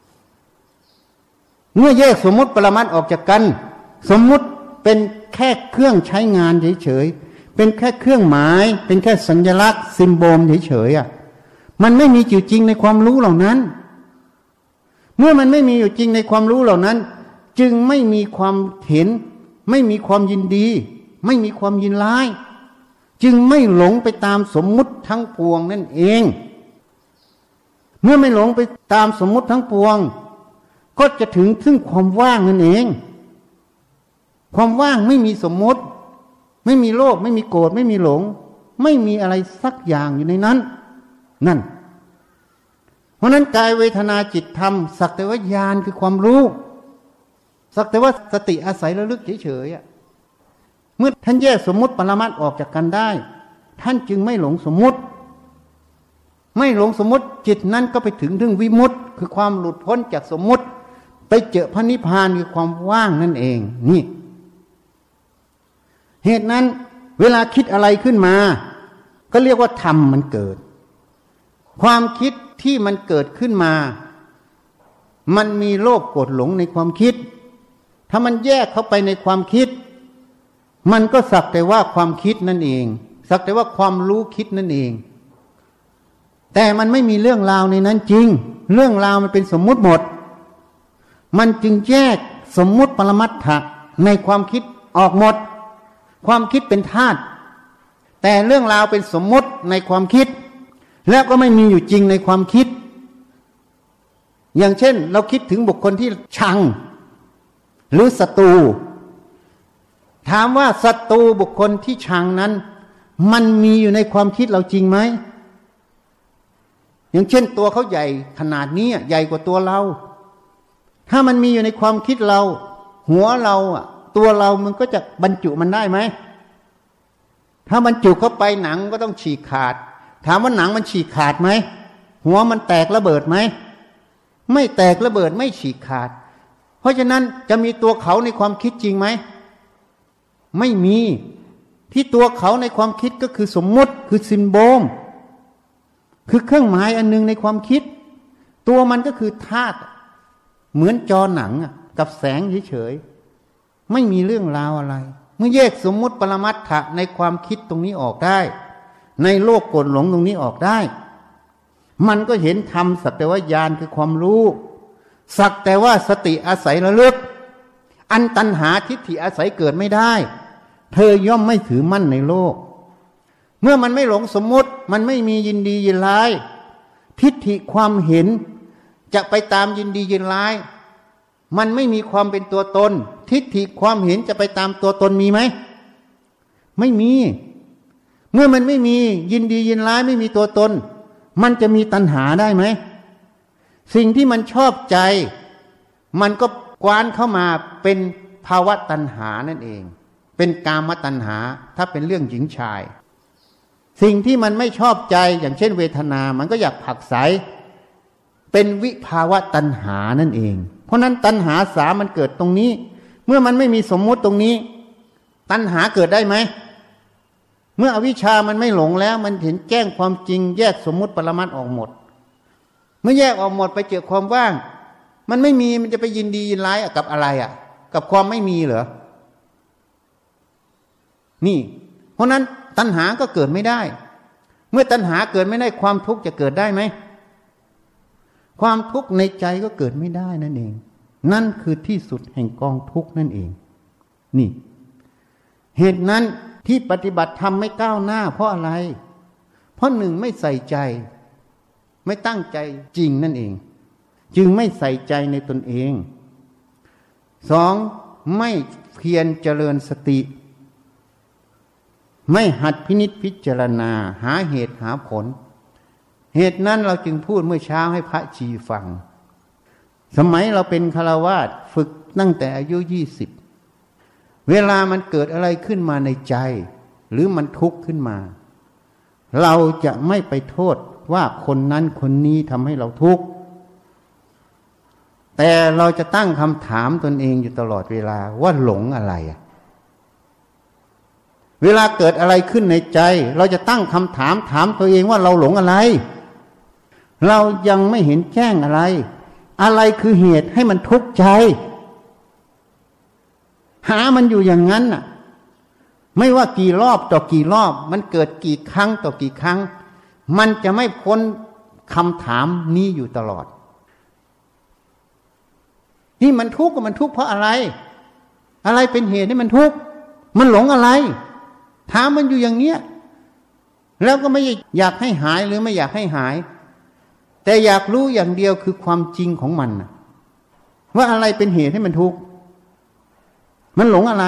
เมื่อแยกสมมุติปรมัตถ์ออกจากกันสมมุติเป็นแค่เครื่องใช้งานเฉยๆเป็นแค่เครื่องหมายเป็นแค่สัญลักษณ์ซิมโบลเฉยๆมันไม่มีอยู่จริงในความรู้เหล่านั้นเมื่อมันไม่มีอยู่จริงในความรู้เหล่านั้นจึงไม่มีความเห็นไม่มีความยินดีไม่มีความยินร้ายจึงไม่หลงไปตามสมมุติทั้งปวงนั่นเองเมื่อไม่หลงไปตามสมมุติทั้งปวงก็จะถึงซึ่งความว่างนั่นเองความว่างไม่มีสมมุติไม่มีโลภไม่มีโกรธไม่มีหลงไม่มีอะไรสักอย่างอยู่ในนั้นนั่นเพราะนั้นกายเวทนาจิตธรรมสักแต่ว่าญาณคือความรู้สักแต่ว่าสติอาศัยระลึกเฉยๆเมื่อท่านแยกสมมุติปรมัตถ์ออกจากกันได้ท่านจึงไม่หลงสมมุติไม่หลงสมมุติจิตนั้นก็ไปถึงวิมุตติคือความหลุดพ้นจากสมมุติไปเจอพระนิพพานคือความว่างนั่นเองนี่เหตุนั้นเวลาคิดอะไรขึ้นมาก็เรียกว่าธรรมมันเกิดความคิดที่มันเกิดขึ้นมามันมีโลภโกรธหลงในความคิดถ้ามันแยกเข้าไปในความคิดมันก็สักแต่ว่าความคิดนั่นเองสักแต่ว่าความรู้คิดนั่นเองแต่มันไม่มีเรื่องราวในนั้นจริงเรื่องราวมันเป็นสมมุติหมดมันจึงแยกสมมุติปรมัตถะในความคิดออกหมดความคิดเป็นธาตุแต่เรื่องราวเป็นสมมุติในความคิดแล้วก็ไม่มีอยู่จริงในความคิดอย่างเช่นเราคิดถึงบุคคลที่ชังหรือศัตรูถามว่าศัตรูบุคคลที่ชังนั้นมันมีอยู่ในความคิดเราจริงไหมอย่างเช่นตัวเขาใหญ่ขนาดนี้ใหญ่กว่าตัวเราถ้ามันมีอยู่ในความคิดเราหัวเราตัวเรามันก็จะบรรจุมันได้ไหมถ้าบรรจุเข้าไปหนังก็ต้องฉีกขาดถามว่าหนังมันฉีกขาดไหมหัวมันแตกระเบิดไหมไม่แตกระเบิดไม่ฉีกขาดเพราะฉะนั้นจะมีตัวเขาในความคิดจริงไหมไม่มีที่ตัวเขาในความคิดก็คือสมมุติคือซิมโบลคือเครื่องหมายอันนึงในความคิดตัวมันก็คือธาตุเหมือนจอหนังกับแสงเฉยๆไม่มีเรื่องราวอะไรเมื่อแยกสมมุติปรมัตถะในความคิดตรงนี้ออกได้ในโลกโกรธหลงตรงนี้ออกได้มันก็เห็นธรรมสักแต่ว่าญาณคือความรู้สักแต่ว่าสติอาศัยระลึกอันตัณหาทิฏฐิอาศัยเกิดไม่ได้เธอย่อมไม่ถือมั่นในโลกเมื่อมันไม่หลงสมมุติมันไม่มียินดียินร้ายทิฏฐิความเห็นจะไปตามยินดียินร้ายมันไม่มีความเป็นตัวตนทิฏฐิความเห็นจะไปตามตัวตนมีไหมไม่มีเมื่อมันไม่มียินดียินร้ายไม่มีตัวตนมันจะมีตัณหาได้ไหมสิ่งที่มันชอบใจมันก็กว้านเข้ามาเป็นภาวะตัณหานั่นเองเป็นกามตัณหาถ้าเป็นเรื่องหญิงชายสิ่งที่มันไม่ชอบใจอย่างเช่นเวทนามันก็อยากผลักไสเป็นวิภาวะตัณหานั่นเองเพราะนั้นตัณหาสามมันเกิดตรงนี้เมื่อมันไม่มีสมมุติตรงนี้ตัณหาเกิดได้ไหมเมื่ออวิชชามันไม่หลงแล้วมันเห็นแจ้งความจริงแยกสมมุติปรมัตถ์ออกหมดเมื่อแยกออกหมดไปเจอความว่างมันไม่มีมันจะไปยินดียินร้ายกับอะไรกับความไม่มีเหรอนี่เพราะนั้นตัณหาก็เกิดไม่ได้เมื่อตัณหาเกิดไม่ได้ความทุกข์จะเกิดได้ไหมความทุกข์ในใจก็เกิดไม่ได้นั่นเองนั่นคือที่สุดแห่งกองทุกข์นั่นเองนี่เหตุนั้นที่ปฏิบัติธรรมไม่ก้าวหน้าเพราะอะไรเพราะหนึ่งไม่ใส่ใจไม่ตั้งใจจริงนั่นเองจึงไม่ใส่ใจในตนเองสองไม่เพียรเจริญสติไม่หัดพินิจพิจารณาหาเหตุหาผลเหตุนั้นเราจึงพูดเมื่อเช้าให้พระชีฟังสมัยเราเป็นฆราวาสฝึกตั้งแต่อายุ20เวลามันเกิดอะไรขึ้นมาในใจหรือมันทุกข์ขึ้นมาเราจะไม่ไปโทษว่าคนนั้นคนนี้ทำให้เราทุกข์แต่เราจะตั้งคำถามตนเองอยู่ตลอดเวลาว่าหลงอะไรเวลาเกิดอะไรขึ้นในใจเราจะตั้งคำถามถามตัวเองว่าเราหลงอะไรเรายังไม่เห็นแจ้งอะไรอะไรคือเหตุให้มันทุกข์ใจหามันอยู่อย่างนั้นน่ะไม่ว่ากี่รอบต่อกี่รอบมันเกิดกี่ครั้งต่อกี่ครั้งมันจะไม่พ้นคำถามนี้อยู่ตลอดนี่มันทุกข์ก็มันทุกข์เพราะอะไรอะไรเป็นเหตุให้มันทุกข์มันหลงอะไรถามมันอยู่อย่างเนี้ยแล้วก็ไม่อยากให้หายหรือไม่อยากให้หายแต่อยากรู้อย่างเดียวคือความจริงของมันว่าอะไรเป็นเหตุให้มันทุกข์มันหลงอะไร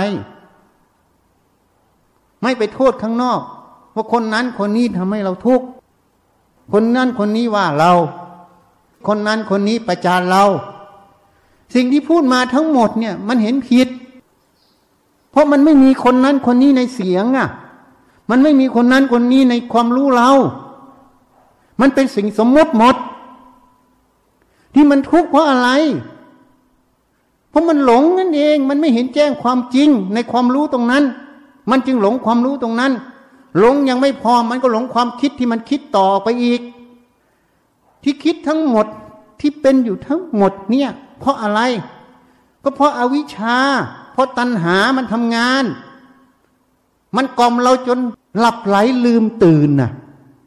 ไม่ไปโทษข้างนอกว่าคนนั้นคนนี้ทำให้เราทุกข์คนนั้นคนนี้ว่าเราคนนั้นคนนี้ประจานเราสิ่งที่พูดมาทั้งหมดเนี่ยมันเห็นผิดเพราะมันไม่มีคนนั้นคนนี้ในเสียงมันไม่มีคนนั้นคนนี้ในความรู้เรามันเป็นสิ่งสมมติหมดที่มันทุกข์เพราะอะไรเพราะมันหลงนั่นเองมันไม่เห็นแจ้งความจริงในความรู้ตรงนั้นมันจึงหลงความรู้ตรงนั้นหลงยังไม่พอมันก็หลงความคิดที่มันคิดต่อไปอีกที่คิดทั้งหมดที่เป็นอยู่ทั้งหมดเนี่ยเพราะอะไรก็เพราะอวิชชาเพราะตัณหามันทำงานมันกล่อมเราจนหลับไหลลืมตื่นน่ะ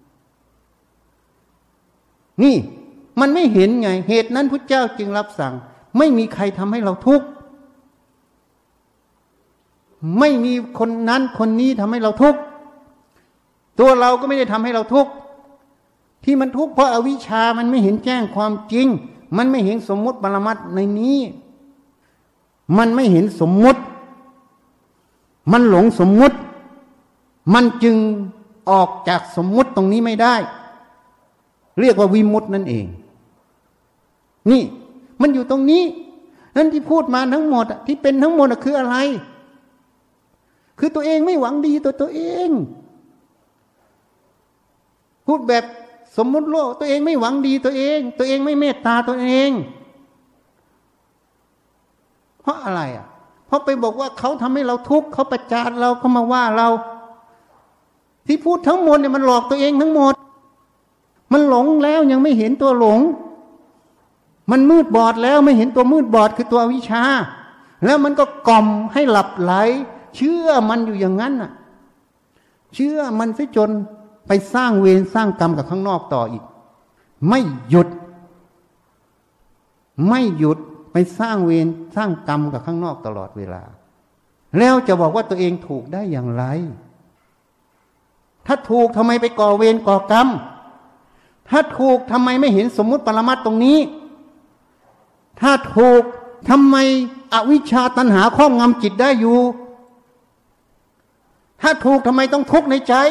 นี่มันไม่เห็นไงเหตุนั้นพุทธเจ้าจึงรับสั่งไม่มีใครทำให้เราทุกข์ไม่มีคนนั้นคนนี้ทำให้เราทุกข์ตัวเราก็ไม่ได้ทำให้เราทุกข์ที่มันทุกข์เพราะอวิชชามันไม่เห็นแจ้งความจริงมันไม่เห็นสมมุติปรมัตถ์ในนี้มันไม่เห็นสมมุติมันหลงสมมุติมันจึงออกจากสมมุติตรงนี้ไม่ได้เรียกว่าวิมุตตินั่นเองนี่มันอยู่ตรงนี้นั่นที่พูดมาทั้งหมดที่เป็นทั้งหมดคืออะไรคือตัวเองไม่หวังดีตัวเองพูดแบบสมมุติโลกตัวเองไม่หวังดีตัวเองไม่เมตตาตัวเองเพราะอะไรเพราะไปบอกว่าเขาทำให้เราทุกข์เขาประจานเราเขามาว่าเราที่พูดทั้งหมดเนี่ยมันหลอกตัวเองทั้งหมดมันหลงแล้วยังไม่เห็นตัวหลงมันมืดบอดแล้วไม่เห็นตัวมืดบอดคือตัวอวิชชาแล้วมันก็กล่อมให้หลับไหลเชื่อมันอยู่อย่างนั้นน่ะเชื่อมันซะจนไปสร้างเวรสร้างกรรมกับข้างนอกต่ออีกไม่หยุดไปสร้างเวรสร้างกรรมกับข้างนอกตลอดเวลาแล้วจะบอกว่าตัวเองถูกได้อย่างไรถ้าถูกทำไมไปก่อเวรก่อกรรมถ้าถูกทำไมไม่เห็นสมมุติปรมัตถ์ตรงนี้ถ้าถูกทำไมอวิชชาตัณหาครอบงำจิตได้อยู่ถ้าถูกทำไมต้องทุกข์ในใจ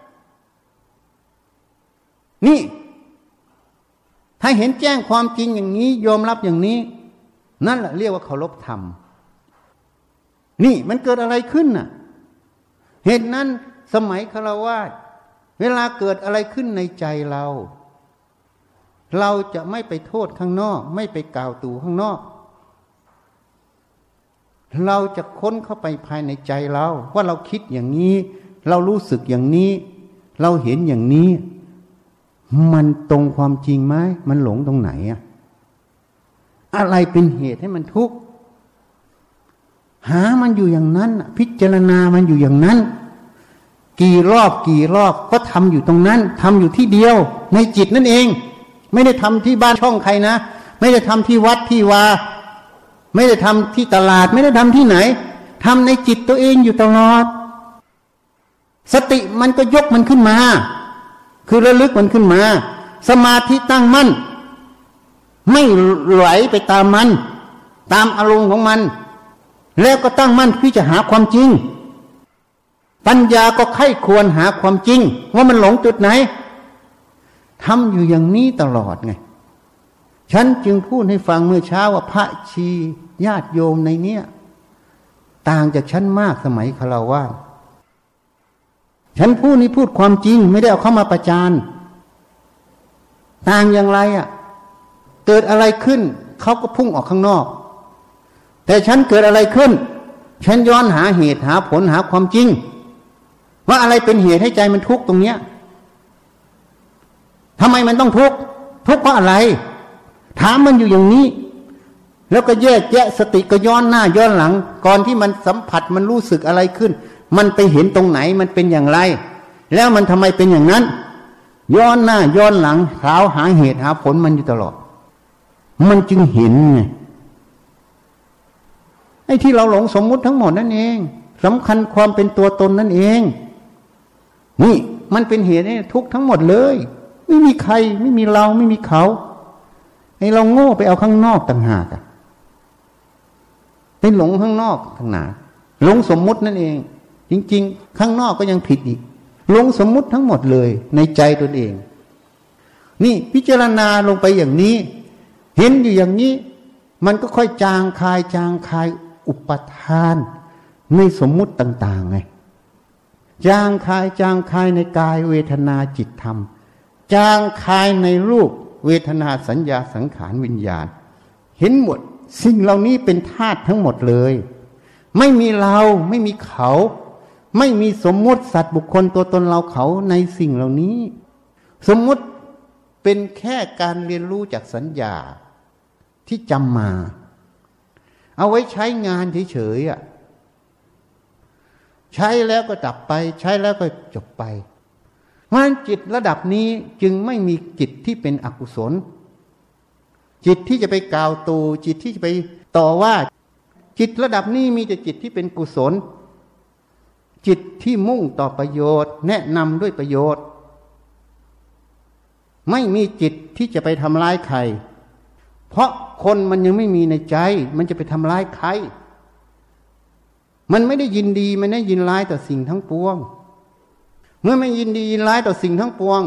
นี่ถ้าเห็นแจ้งความจริงอย่างนี้ยอมรับอย่างนี้นั่นแหละเรียกว่าเคารพธรรมนี่มันเกิดอะไรขึ้นน่ะเหตุนั้นสมัยฆราวาสเวลาเกิดอะไรขึ้นในใจเราจะไม่ไปโทษข้างนอกไม่ไปกล่าวตู่ข้างนอกเราจะค้นเข้าไปภายในใจเราว่าเราคิดอย่างนี้เรารู้สึกอย่างนี้เราเห็นอย่างนี้มันตรงความจริงไหมมันหลงตรงไหนอะไรเป็นเหตุให้มันทุกข์หามันอยู่อย่างนั้นพิจารณามันอยู่อย่างนั้นกี่รอบก็ทำอยู่ตรงนั้นทำอยู่ที่เดียวในจิตนั่นเองไม่ได้ทำที่บ้านช่องใครนะไม่ได้ทำที่วัดที่วาไม่ได้ทำที่ตลาดไม่ได้ทำที่ไหนทำในจิตตัวเองอยู่ตลอดสติมันก็ยกมันขึ้นมาคือระลึกมันขึ้นมาสมาธิตั้งมั่นไม่ไหลไปตามมันตามอารมณ์ของมันแล้วก็ตั้งมั่นที่จะหาความจริงปัญญาก็ไข้ควรหาความจริงว่ามันหลงจุดไหนทำอยู่อย่างนี้ตลอดไงฉันจึงพูดให้ฟังเมื่อเช้าว่าพระชีญาติโยมในเนี้ยต่างจากฉันมากสมัยฆราวาสฉันพูดนี้พูดความจริงไม่ได้เอาเข้ามาประจานต่างอย่างไรเกิดอะไรขึ้นเขาก็พุ่งออกข้างนอกแต่ฉันเกิดอะไรขึ้นฉันย้อนหาเหตุหาผลหาความจริงว่าอะไรเป็นเหตุให้ใจมันทุกข์ตรงเนี้ยทำไมมันต้องทุกข์เพราะอะไรถามมันอยู่อย่างนี้แล้วก็แยกแยะสติก็ย้อนหน้าย้อนหลังก่อนที่มันสัมผัสมันรู้สึกอะไรขึ้นมันไปเห็นตรงไหนมันเป็นอย่างไรแล้วมันทำไมเป็นอย่างนั้นย้อนหน้าย้อนหลังหาเหตุหาผลมันอยู่ตลอดมันจึงเห็นไงไอ้ที่เราหลงสมมุติทั้งหมดนั่นเองสำคัญความเป็นตัวตนนั่นเองนี่มันเป็นเหตุให้ทุกข์ทั้งหมดเลยไม่มีใครไม่มีเราไม่มีเขาไอ้เราโง่ไปเอาข้างนอกต่างหากไปหลงข้างนอกต่างหากหลงสมมุตินั่นเองจริงๆข้างนอกก็ยังผิดอีกหลงสมมุติทั้งหมดเลยในใจตนเองนี่พิจารณาลงไปอย่างนี้เห็นอยู่อย่างนี้มันก็ค่อยจางคายอุปทานในสมมุติต่างๆไงจางคายในกายเวทนาจิตธรรมจางคายในรูปเวทนาสัญญาสังขารวิญญาณเห็นหมดสิ่งเหล่านี้เป็นธาตุทั้งหมดเลยไม่มีเราไม่มีเขาไม่มีสมมุติสัตว์บุคคลตัวตนเราเขาในสิ่งเหล่านี้สมมุติเป็นแค่การเรียนรู้จากสัญญาที่จำมาเอาไว้ใช้งานเฉยๆใช้แล้วก็ดับไปใช้แล้วก็จบไปเพราะฉะนั้นจิตระดับนี้จึงไม่มีจิตที่เป็นอกุศลจิตที่จะไปกล่าวตูจิตที่จะไปต่อว่าจิตระดับนี้มีแต่จิตที่เป็นกุศลจิตที่มุ่งต่อประโยชน์แนะนำด้วยประโยชน์ไม่มีจิตที่จะไปทำร้ายใครเพราะคนมันยังไม่มีในใจมันจะไปทำร้ายใครมันไม่ได้ยินดีมันไม่ยินร้ายต่อสิ่งทั้งปวงเมื่อไม่ยินดียินร้ายต่อสิ่งทั้งปวง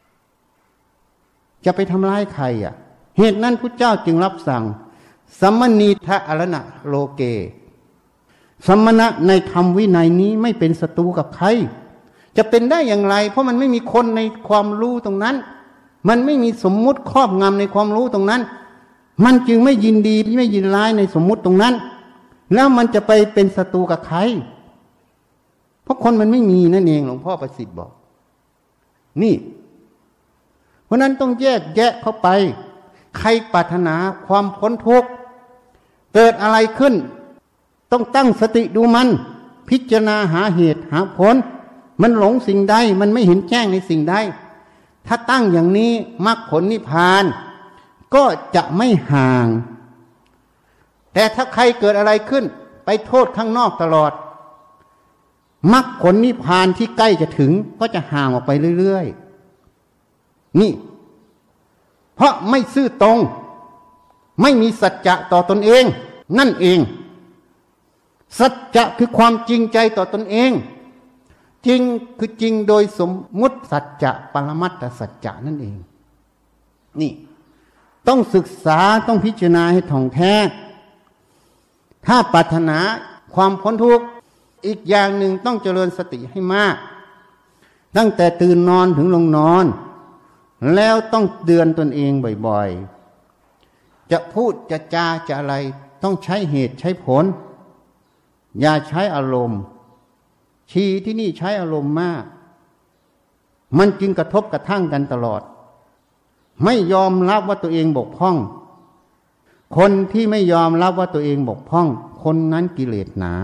จะไปทำร้ายใครเหตุนั้นพุทธเจ้าจึงรับสั่งสัมมณีทะอรณะโลเกสัมมณะในธรรมวินัยนี้ไม่เป็นศัตรูกับใครจะเป็นได้อย่างไรเพราะมันไม่มีคนในความรู้ตรงนั้นมันไม่มีสมมุติครอบงำในความรู้ตรงนั้นมันจึงไม่ยินดีไม่ยินร้ายในสมมุติตรงนั้นแล้วมันจะไปเป็นศัตรูกับใครเพราะคนมันไม่มีนั่นเองหลวงพ่อประสิทธิ์บอกนี่เพราะนั้นต้องแยกแยะเข้าไปใครปรารถนาความพ้นทุกข์เกิดอะไรขึ้นต้องตั้งสติดูมันพิจารณาหาเหตุหาผลมันหลงสิ่งใดมันไม่เห็นแจ้งในสิ่งใดถ้าตั้งอย่างนี้มรรคผลนิพพานก็จะไม่ห่างแต่ถ้าใครเกิดอะไรขึ้นไปโทษข้างนอกตลอดมรรคผลนิพพานที่ใกล้จะถึงก็จะห่างออกไปเรื่อยๆนี่เพราะไม่ซื่อตรงไม่มีสัจจะต่อตนเองนั่นเองสัจจะคือความจริงใจต่อตนเองจริงคือจริงโดยสมมุติสัจจะปรมัตถสัจจะนั่นเองนี่ต้องศึกษาต้องพิจารณาให้ท่องแท้ถ้าปรารถนาความพ้นทุกข์อีกอย่างหนึ่งต้องเจริญสติให้มากตั้งแต่ตื่นนอนถึงลงนอนแล้วต้องเตือนตนเองบ่อยๆจะพูดจะจาจะอะไรต้องใช้เหตุใช้ผลอย่าใช้อารมณ์ชีที่นี่ใช้อารมณ์มากมันจึงกระทบกระทั่งกันตลอดไม่ยอมรับว่าตัวเองบกพร่องคนที่ไม่ยอมรับว่าตัวเองบกพร่องคนนั้นกิเลสหนา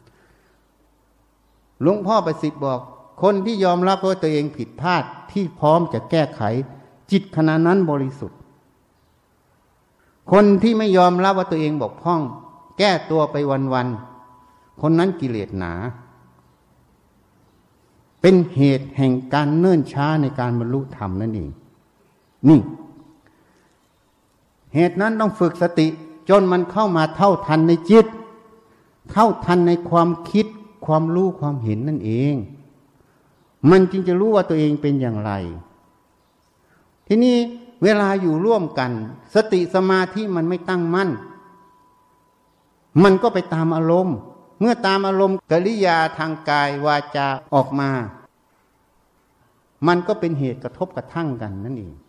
หลวงพ่อประสิทธิ์บอกคนที่ยอมรับว่าตัวเองผิดพลาดที่พร้อมจะแก้ไขจิตขณะนั้นบริสุทธิ์คนที่ไม่ยอมรับว่าตัวเองบกพร่องแก้ตัวไปวันๆคนนั้นกิเลสหนาเป็นเหตุแห่งการเนิ่นช้าในการบรรลุธรรมนั่นเองนี่เหตุนั้นต้องฝึกสติจนมันเข้ามาเท่าทันในจิตเท่าทันในความคิดความรู้ความเห็นนั่นเองมันจึงจะรู้ว่าตัวเองเป็นอย่างไรทีนี้เวลาอยู่ร่วมกันสติสมาธิมันไม่ตั้งมั่นมันก็ไปตามอารมณ์เมื่อตามอารมณ์กิริยาทางกายวาจาออกมามันก็เป็นเหตุกระทบกระทั่งกันนั่นเอง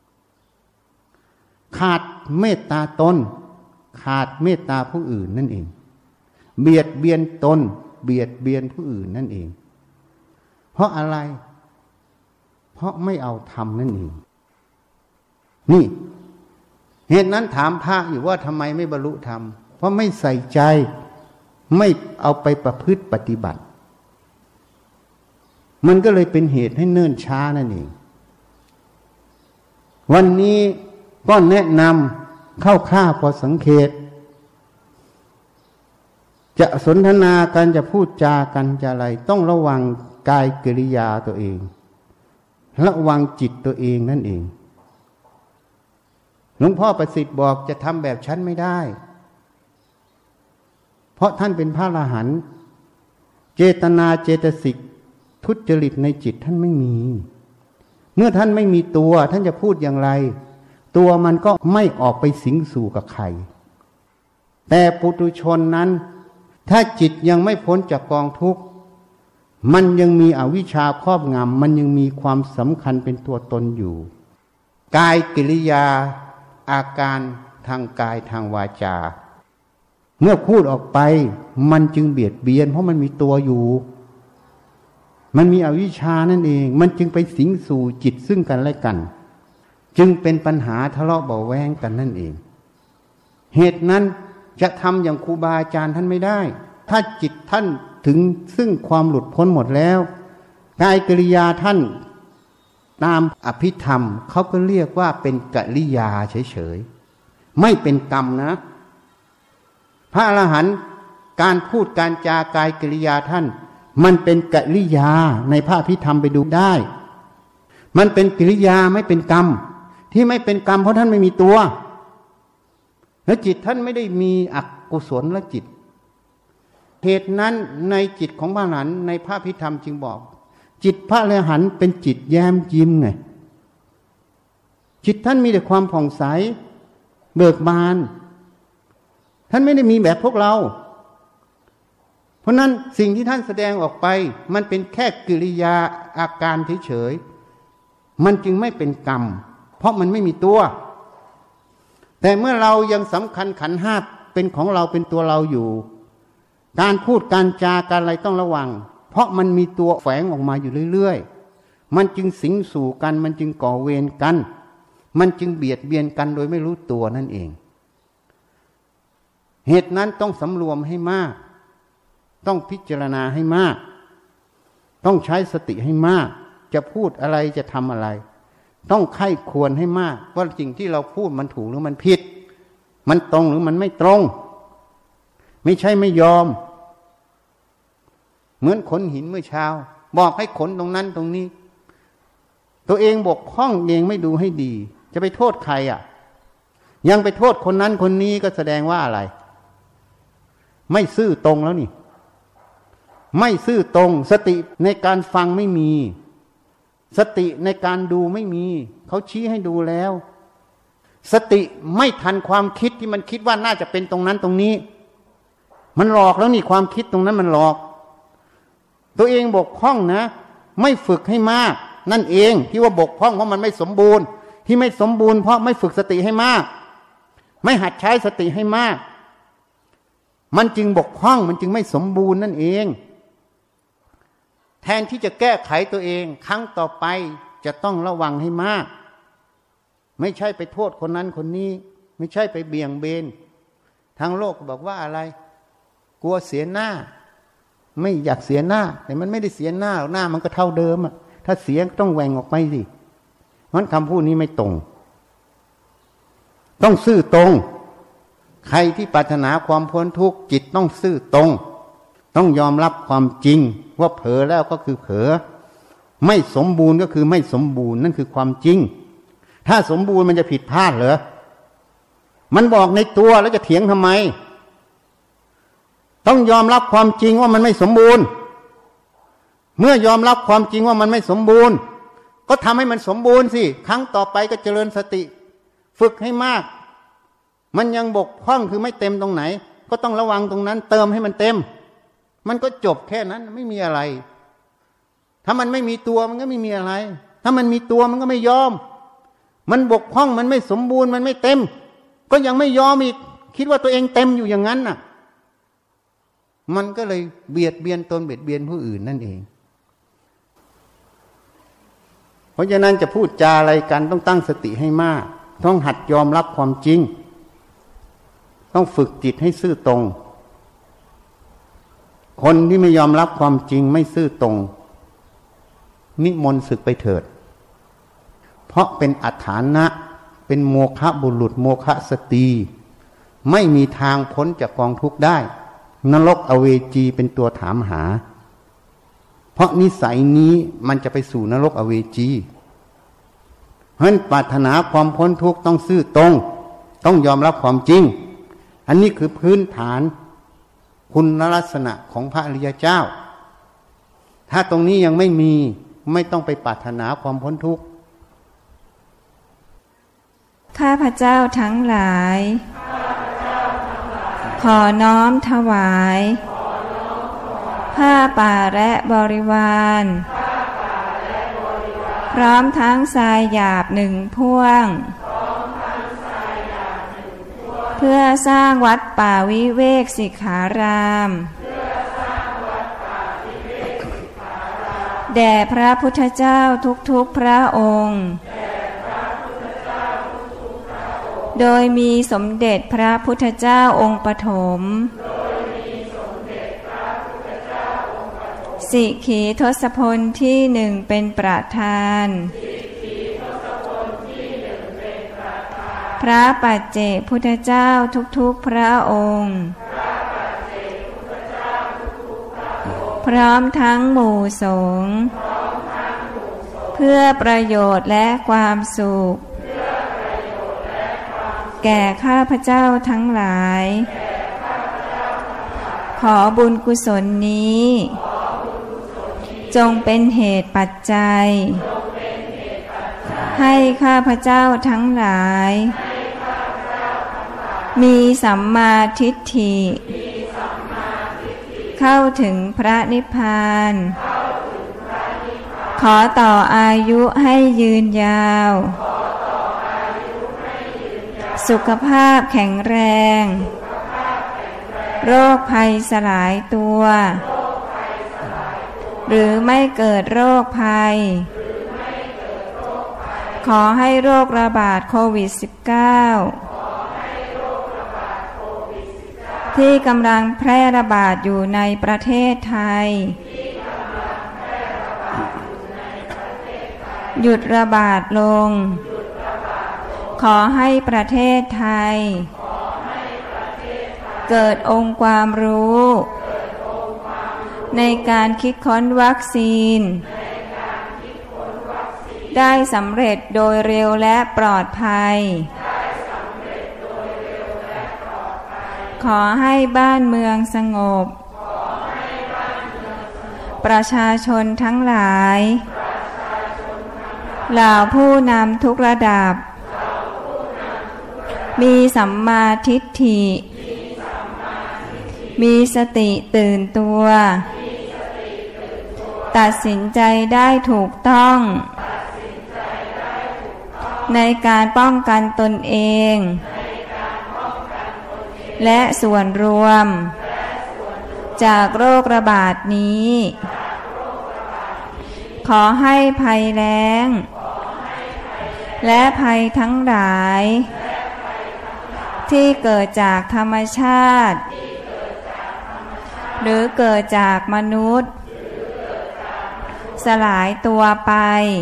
ขาดเมตตาตนขาดเมตตาผู้อื่นนั่นเองเบียดเบียนตนเบียดเบียนผู้อื่นนั่นเองเพราะอะไรเพราะไม่เอาธรรมนั่นเองนี่เหตุนั้นถามพระอยู่ว่าทำไมไม่บรรลุธรรมเพราะไม่ใส่ใจไม่เอาไปประพฤติปฏิบัติมันก็เลยเป็นเหตุให้เนิ่นช้านั่นเองวันนี้ก็แนะนำเข้าพอสังเกตจะสนทนากันจะพูดจากันจะอะไรต้องระวังกายกิริยาตัวเองระวังจิตตัวเองนั่นเองหลวงพ่อประสิทธิ์บอกจะทำแบบฉันไม่ได้เพราะท่านเป็นพระอรหันต์เจตนาเจตสิกทุจริตในจิตท่านไม่มีเมื่อท่านไม่มีตัวท่านจะพูดอย่างไรตัวมันก็ไม่ออกไปสิงสู่กับใครแต่ปุถุชนนั้นถ้าจิตยังไม่พ้นจากกองทุกข์มันยังมีอวิชชาครอบงำมันยังมีความสำคัญเป็นตัวตนอยู่กายกิริยาอาการทางกายทางวาจาเมื่อพูดออกไปมันจึงเบียดเบียนเพราะมันมีตัวอยู่มันมีอวิชชานั่นเองมันจึงไปสิงสู่จิตซึ่งกันและกันจึงเป็นปัญหาทะเลาะเบาแวงกันนั่นเองเหตุนั้นจะทำอย่างครูบาอาจารย์ท่านไม่ได้ถ้าจิตท่านถึงซึ่งความหลุดพ้นหมดแล้วกายกิริยาท่านตามอภิธรรมเขาก็เรียกว่าเป็นกิริยาเฉยๆไม่เป็นกรรมนะพระอรหันต์การพูดการจากายกิริยาท่านมันเป็นกิริยาในพระอภิธรรมไปดูได้มันเป็นกิริยาไม่เป็นกรรมที่ไม่เป็นกรรมเพราะท่านไม่มีตัวและจิตท่านไม่ได้มีอกุศลและจิตเหตุนั้นในจิตของพระอรหันต์ในพระอภิธรรมจึงบอกจิตพระอรหันต์เป็นจิตแย้มยิ้มไงจิตท่านมีแต่ความผ่องใสเบิกบานท่านไม่ได้มีแบบพวกเราเพราะนั้นสิ่งที่ท่านแสดงออกไปมันเป็นแค่กิริยาอาการเฉยๆมันจึงไม่เป็นกรรมเพราะมันไม่มีตัวแต่เมื่อเรายังสำคัญขันธ์ห้าเป็นของเราเป็นตัวเราอยู่การพูดการจาการอะไรต้องระวังเพราะมันมีตัวแฝงออกมาอยู่เรื่อยๆมันจึงสิงสู่กันมันจึงก่อเวรกันมันจึงเบียดเบียนกันโดยไม่รู้ตัวนั่นเองเหตุนั้นต้องสำรวมให้มากต้องพิจารณาให้มากต้องใช้สติให้มากจะพูดอะไรจะทำอะไรต้องไข้ควรให้มากว่าสิ่งที่เราพูดมันถูกหรือมันผิดมันตรงหรือมันไม่ตรงไม่ใช่ไม่ยอมเหมือนขนหินเมื่อเช้าบอกให้ขนตรงนั้นตรงนี้ตัวเองบกพร่องเองไม่ดูให้ดีจะไปโทษใครอ่ะยังไปโทษคนนั้นคนนี้ก็แสดงว่าอะไรไม่ซื่อตรงแล้วนี่ไม่ซื่อตรงสติในการฟังไม่มีสติในการดูไม่มีเขาชี้ให้ดูแล้วสติไม่ทันความคิดที่มันคิดว่าน่าจะเป็นตรงนั้นตรงนี้มันหลอกแล้วนี่ความคิดตรงนั้นมันหลอกตัวเองบกพร่องนะไม่ฝึกให้มากนั่นเองที่ว่าบกพร่องเพราะมันไม่สมบูรณ์ที่ไม่สมบูรณ์เพราะไม่ฝึกสติให้มากไม่หัดใช้สติให้มากมันจึงบกพร่องมันจึงไม่สมบูรณ์นั่นเองแทนที่จะแก้ไขตัวเองครั้งต่อไปจะต้องระวังให้มากไม่ใช่ไปโทษคนนั้นคนนี้ไม่ใช่ไปเบี่ยงเบนทางโลกบอกว่าอะไรกลัวเสียหน้าไม่อยากเสียหน้าแต่มันไม่ได้เสียหน้าหน้ามันก็เท่าเดิมอ่ะถ้าเสียต้องแหว่งออกไปสิเพราะคำพูดนี้ไม่ตรงต้องซื่อตรงใครที่ปรารถนาความพ้นทุกข์จิตต้องซื่อตรงต้องยอมรับความจริงว่าเผลอแล้วก็คือเผลอไม่สมบูรณ์ก็คือไม่สมบูรณ์นั่นคือความจริงถ้าสมบูรณ์มันจะผิดพลาดเหรอมันบอกในตัวแล้วจะเถียงทำไมต้องยอมรับความจริงว่ามันไม่สมบูรณ์เมื่อยอมรับความจริงว่ามันไม่สมบูรณ์ก็ทำให้มันสมบูรณ์สิครั้งต่อไปก็เจริญสติฝึกให้มากมันยังบกพร่องคือไม่เต็มตรงไหนก็ต้องระวังตรงนั้นเติมให้มันเต็มมันก็จบแค่นั้นไม่มีอะไรถ้ามันไม่มีตัวมันก็ไม่มีอะไรถ้ามันมีตัวมันก็ไม่ยอมมันบกพร่องมันไม่สมบูรณ์มันไม่เต็มก็ยังไม่ยอมอีกคิดว่าตัวเองเต็มอยู่อย่างนั้นน่ะมันก็เลยเบียดเบียนตนเบียดเบียนผู้อื่นนั่นเองเพราะฉะนั้นจะพูดจาอะไรกันต้องตั้งสติให้มากต้องหัดยอมรับความจริงต้องฝึกจิตให้ซื่อตรงคนที่ไม่ยอมรับความจริงไม่ซื่อตรงนิมนต์ศึกไปเถิดเพราะเป็นอัฏฐานะเป็นโมฆะบุรุษโมฆะสตรีไม่มีทางพ้นจากกองทุกข์ได้นรกอเวจีเป็นตัวถามหาเพราะนิสัยนี้มันจะไปสู่นรกอเวจีเพราะฉะนั้นปรารถนาความพ้นทุกข์ต้องซื่อตรงต้องยอมรับความจริงอันนี้คือพื้นฐานคุณลักษณะของพระอริยเจ้าถ้าตรงนี้ยังไม่มีไม่ต้องไปปรารถนาความพ้นทุกข์ข้าพเจ้าทั้งหลายขอน้อมถวายผ้าป่าและบริวารพร้อมทั้งทรายหยาบหนึ่งพ่วงเพื่อสร้างวัดป่าวิเวกสิกขารามแด่พระพุทธเจ้าทุกๆพระองค์โดยมีสมเด็จพระพุทธเจ้าองค์ปฐมสิขีทศพลที่หนึ่งเป็นประธานพระปัจเจกพุทธเจ้าทุกๆพระองค์พร้อมทั้งหมู่สงฆ์เพื่อประโยชน์และความสุขแก่ข้าพเจ้าทั้งหลายขอบุญกุศลนี้จงเป็นเหตุปัจจัยให้ข้าพเจ้าทั้งหลายมีสัมมาทิฏฐิเข้าถึงพระนิพพานขอต่ออายุให้ยืนยาวสุขภาพแข็งแรงโรคภัยสลายตัวหรือไม่เกิดโรคภัยขอให้โรคระบาดโควิด -19 ที่กำลังแพร่ระบาดอยู่ในประเทศไทยหยุดระบาดลงขอให้ประเทศไทยเกิดองค์ความรู้ในการคิดค้นวัคซีนได้สำเร็จโดยเร็วและปลอดภัยขอให้บ้านเมืองสงบประชาชนทั้งหลายเหล่าผู้นำทุกระดับมีสัมมาทิฏฐิมีสติตื่นตัวตัดสินใจได้ถูกต้องในการป้องกันตนเองและส่วนรวมจากโรคระบาดนี้ขอให้ภัยแล้งและภัยทั้งหลายที่เกิดจากธรรมชาติหรือเกิดจากมนุษย์สลายตัวไป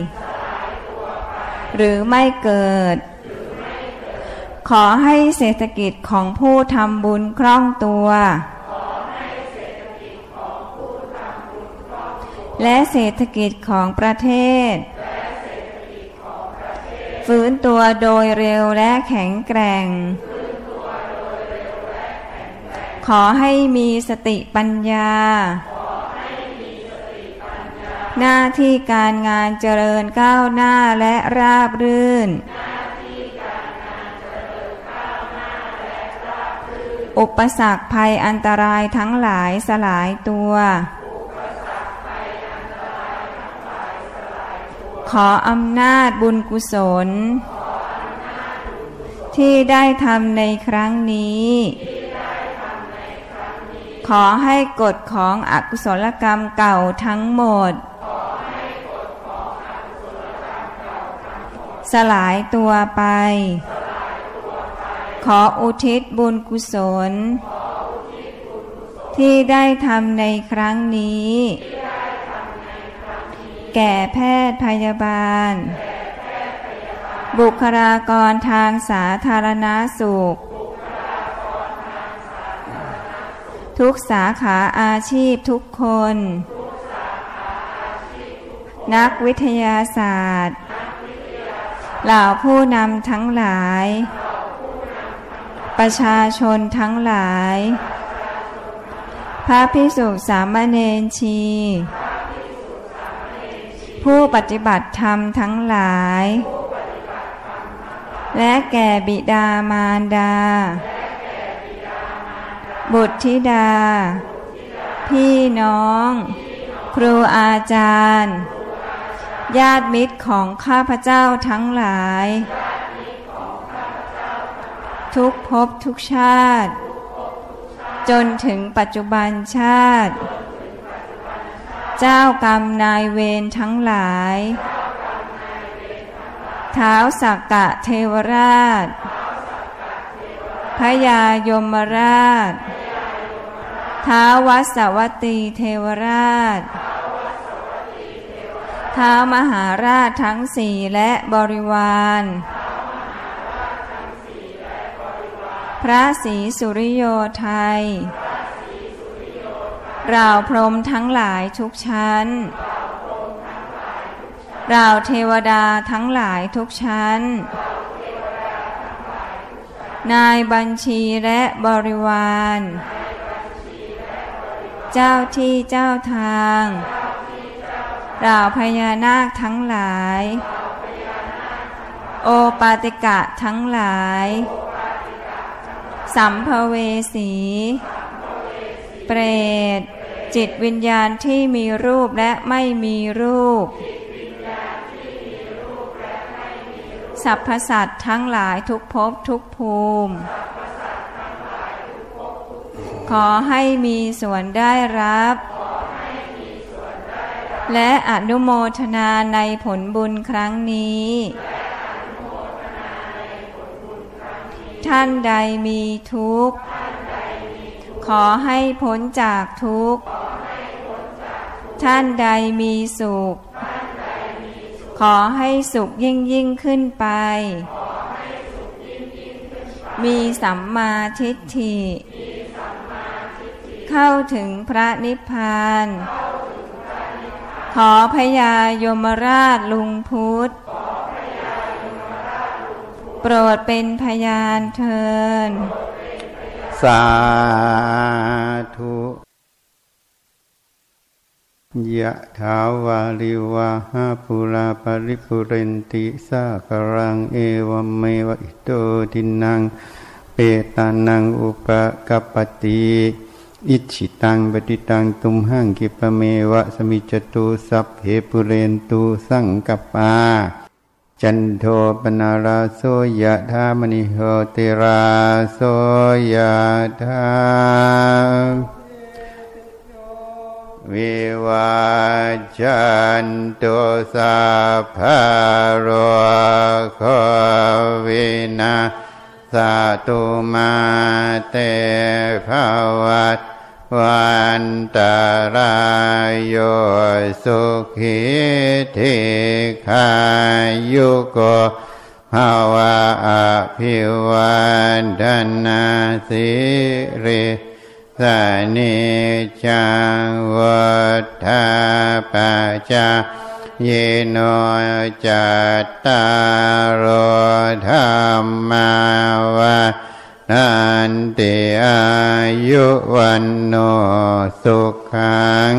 หรือไม่เกิดขอให้เศรษฐกิจของผู้ทำบุญคล่องตัวและเศรษฐกิจของประเทศฟื้นตัวโดยเร็วและแข็งแกร่งขอให้มีสติปัญญาหน้าที่การงานเจริญก้าวหน้าและราบรื่นอุปสรรคภัยอันตรายทั้งหลายสลายตัวขออำนาจบุญกุศลที่ได้ทำในครั้งนี้ขอให้กฎของอกุศลกรรมเก่าทั้งหมดสลายตัวไปขออุทิศบุญกุศลที่ได้ทำในครั้งนี้แก่แพทย์พยาบาลบุคลากรทางสาธารณสุขทุกสาขาอาชีพทุกคนนักวิทยาศาสตร์เหล่าผู้นำทั้งหลายประชาชนทั้งหลายพระภิกษุสามเณรชีผู้ปฏิบัติธรรมทั้งหลายและแก่บิดามารดาบุตรธิดาพี่น้องครูอาจารย์ญาติมิตรของข้าพเจ้าทั้งหลายทุกภพทุกชาติจนถึงปัจจุบันชาติเจ้ากรรมนายเวรทั้งหลายท้าวสักกะเทวราชพญายมราชท้าววัสวตีเทวราชท้าวมหาราชทั้งสี่และบริวารพระศรีสุริโยไทยเราพรหมทั้งหลายทุกชั้นเราเทวดาทั้งหลายทุกชั้นนายบัญชีและบริวารเจ้าที่เจ้าทางเราพญานาคทั้งหลายโอปาติกะทั้งหลายสัมภเวสีเปรตจิตวิญญาณที่มีรูปและไม่มีรูปสรรพสัตว์ทั้งหลายทุกภพทุกภูมิขอให้มีส่วนได้รับและอนุโมทนาในผลบุญครั้งนี้ท่านใดมีทุกข์ขอให้พ้นจากทุกข์ท่านใดมีสุขขอให้สุขยิ่งขึ้นไปมีสัมมาทิฏฐิเข้าถึงพระนิพพานขอพญายมราชลุงพุทธโปรดเป็นพยานเถิดสาธุยะถาวาลิวะหาปุราปริปุเรนติสาคารังเอวเมวะอิโตทินังเปตานังอุปกัปปติอิชิตังปฏิตังตุมหังกิปเมวะสมิจตุสัพเพปุเรนตุสังกัปปาจันโทปนาราโสยะธามณิโหติราโสยะธาวิวาจันตุสัพพะโรโควินาสตุมาเตภวัตวันตรายโยสุขิธิขายุโกภวะอภิวันทนาสิริสนิจังวัฏฐาปัจจายโนจัตตารโอธรรมาวัฏันติอายุวันโนสุขัง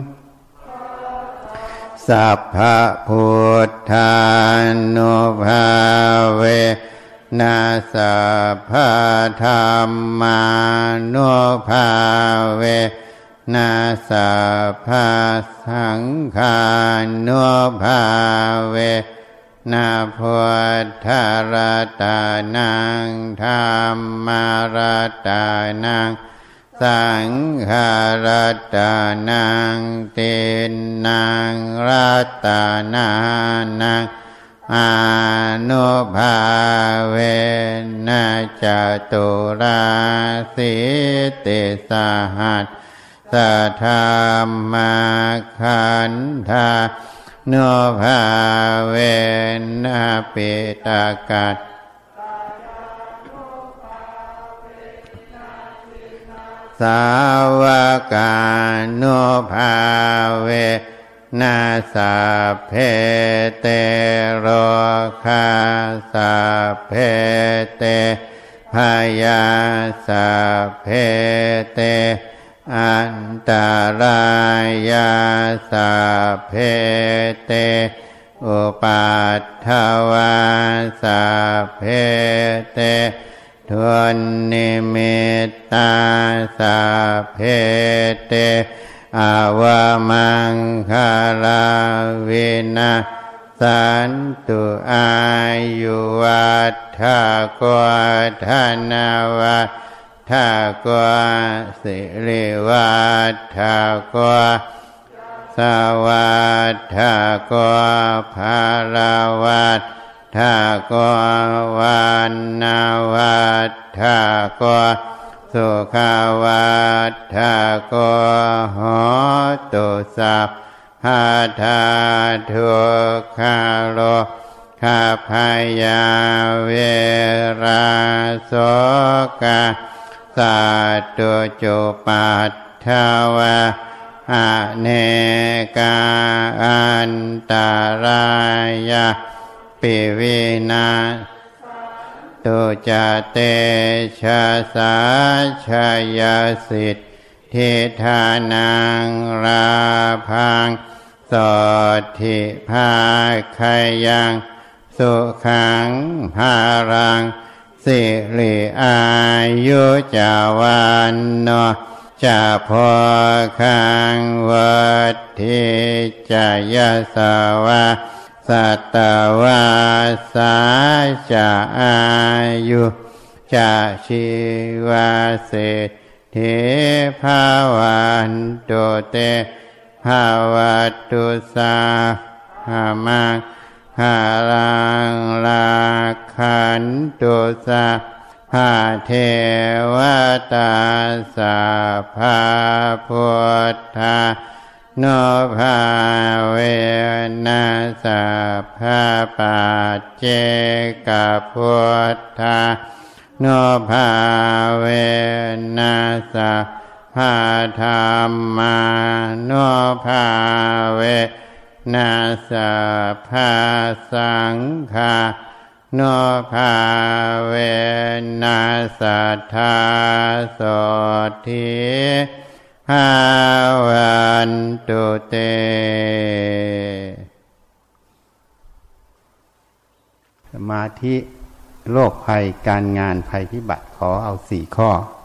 สัพพะพุทธานุภาเวนะสัพพะธัมมานุภาเวนะสัพพะสังฆานุภาเวนะพุทธรัตนังธัมมารัตนังสังฆรัตนังตินังรัตนานังอนุภาเวนะจตุราสิติสหัสสะธรรมขันธานุภาเวนะปิตากัสสาวกานุภาเวนะสัพเพเตโรคาสัพเพเตพยาสัพเพเตอันตรายาสัพเพเตอุปัฏฐวาสัพเพเตทุนนิมิตตาสัพเพเตอวมังคาลาวินาสันตุอายุวัฏฐกวัฏนาวัฏฐกวสิริวัฏฐกวสวัสทาโกภาราวัตถาโกวันนาวัตถาโกสุขวัตถาโกโหตุสัพพะทาทุกขาโลคาพยาเวราโสกาสัตตุจุปัฏฐาวะอเนกาอันตรายาปิวินาตุจเตชะสาชยสิทธิธานังราพังโสทิภาคยังสุขังภารังสิริอายุจาวันโนจะพอคังวัฏทิจายสวะสัตตวาสาจะอายุจะชีวาเศรษฐิภาวันตุเตภาวัตุสาหามังหารังลาขันตุสาภาเทวตาสัพพะพุทธาโนภาเวนัสสัพพะปัจเจกพุทธาโนภาเวนัสสัพพะธัมมาโนภาเวนัสสัพพะสังฆาโนภาเวนัสสัทธาโสทิภาวันตุเตสมาธิโรคภัยการงานภัยพิบัติขอเอา4 ข้อ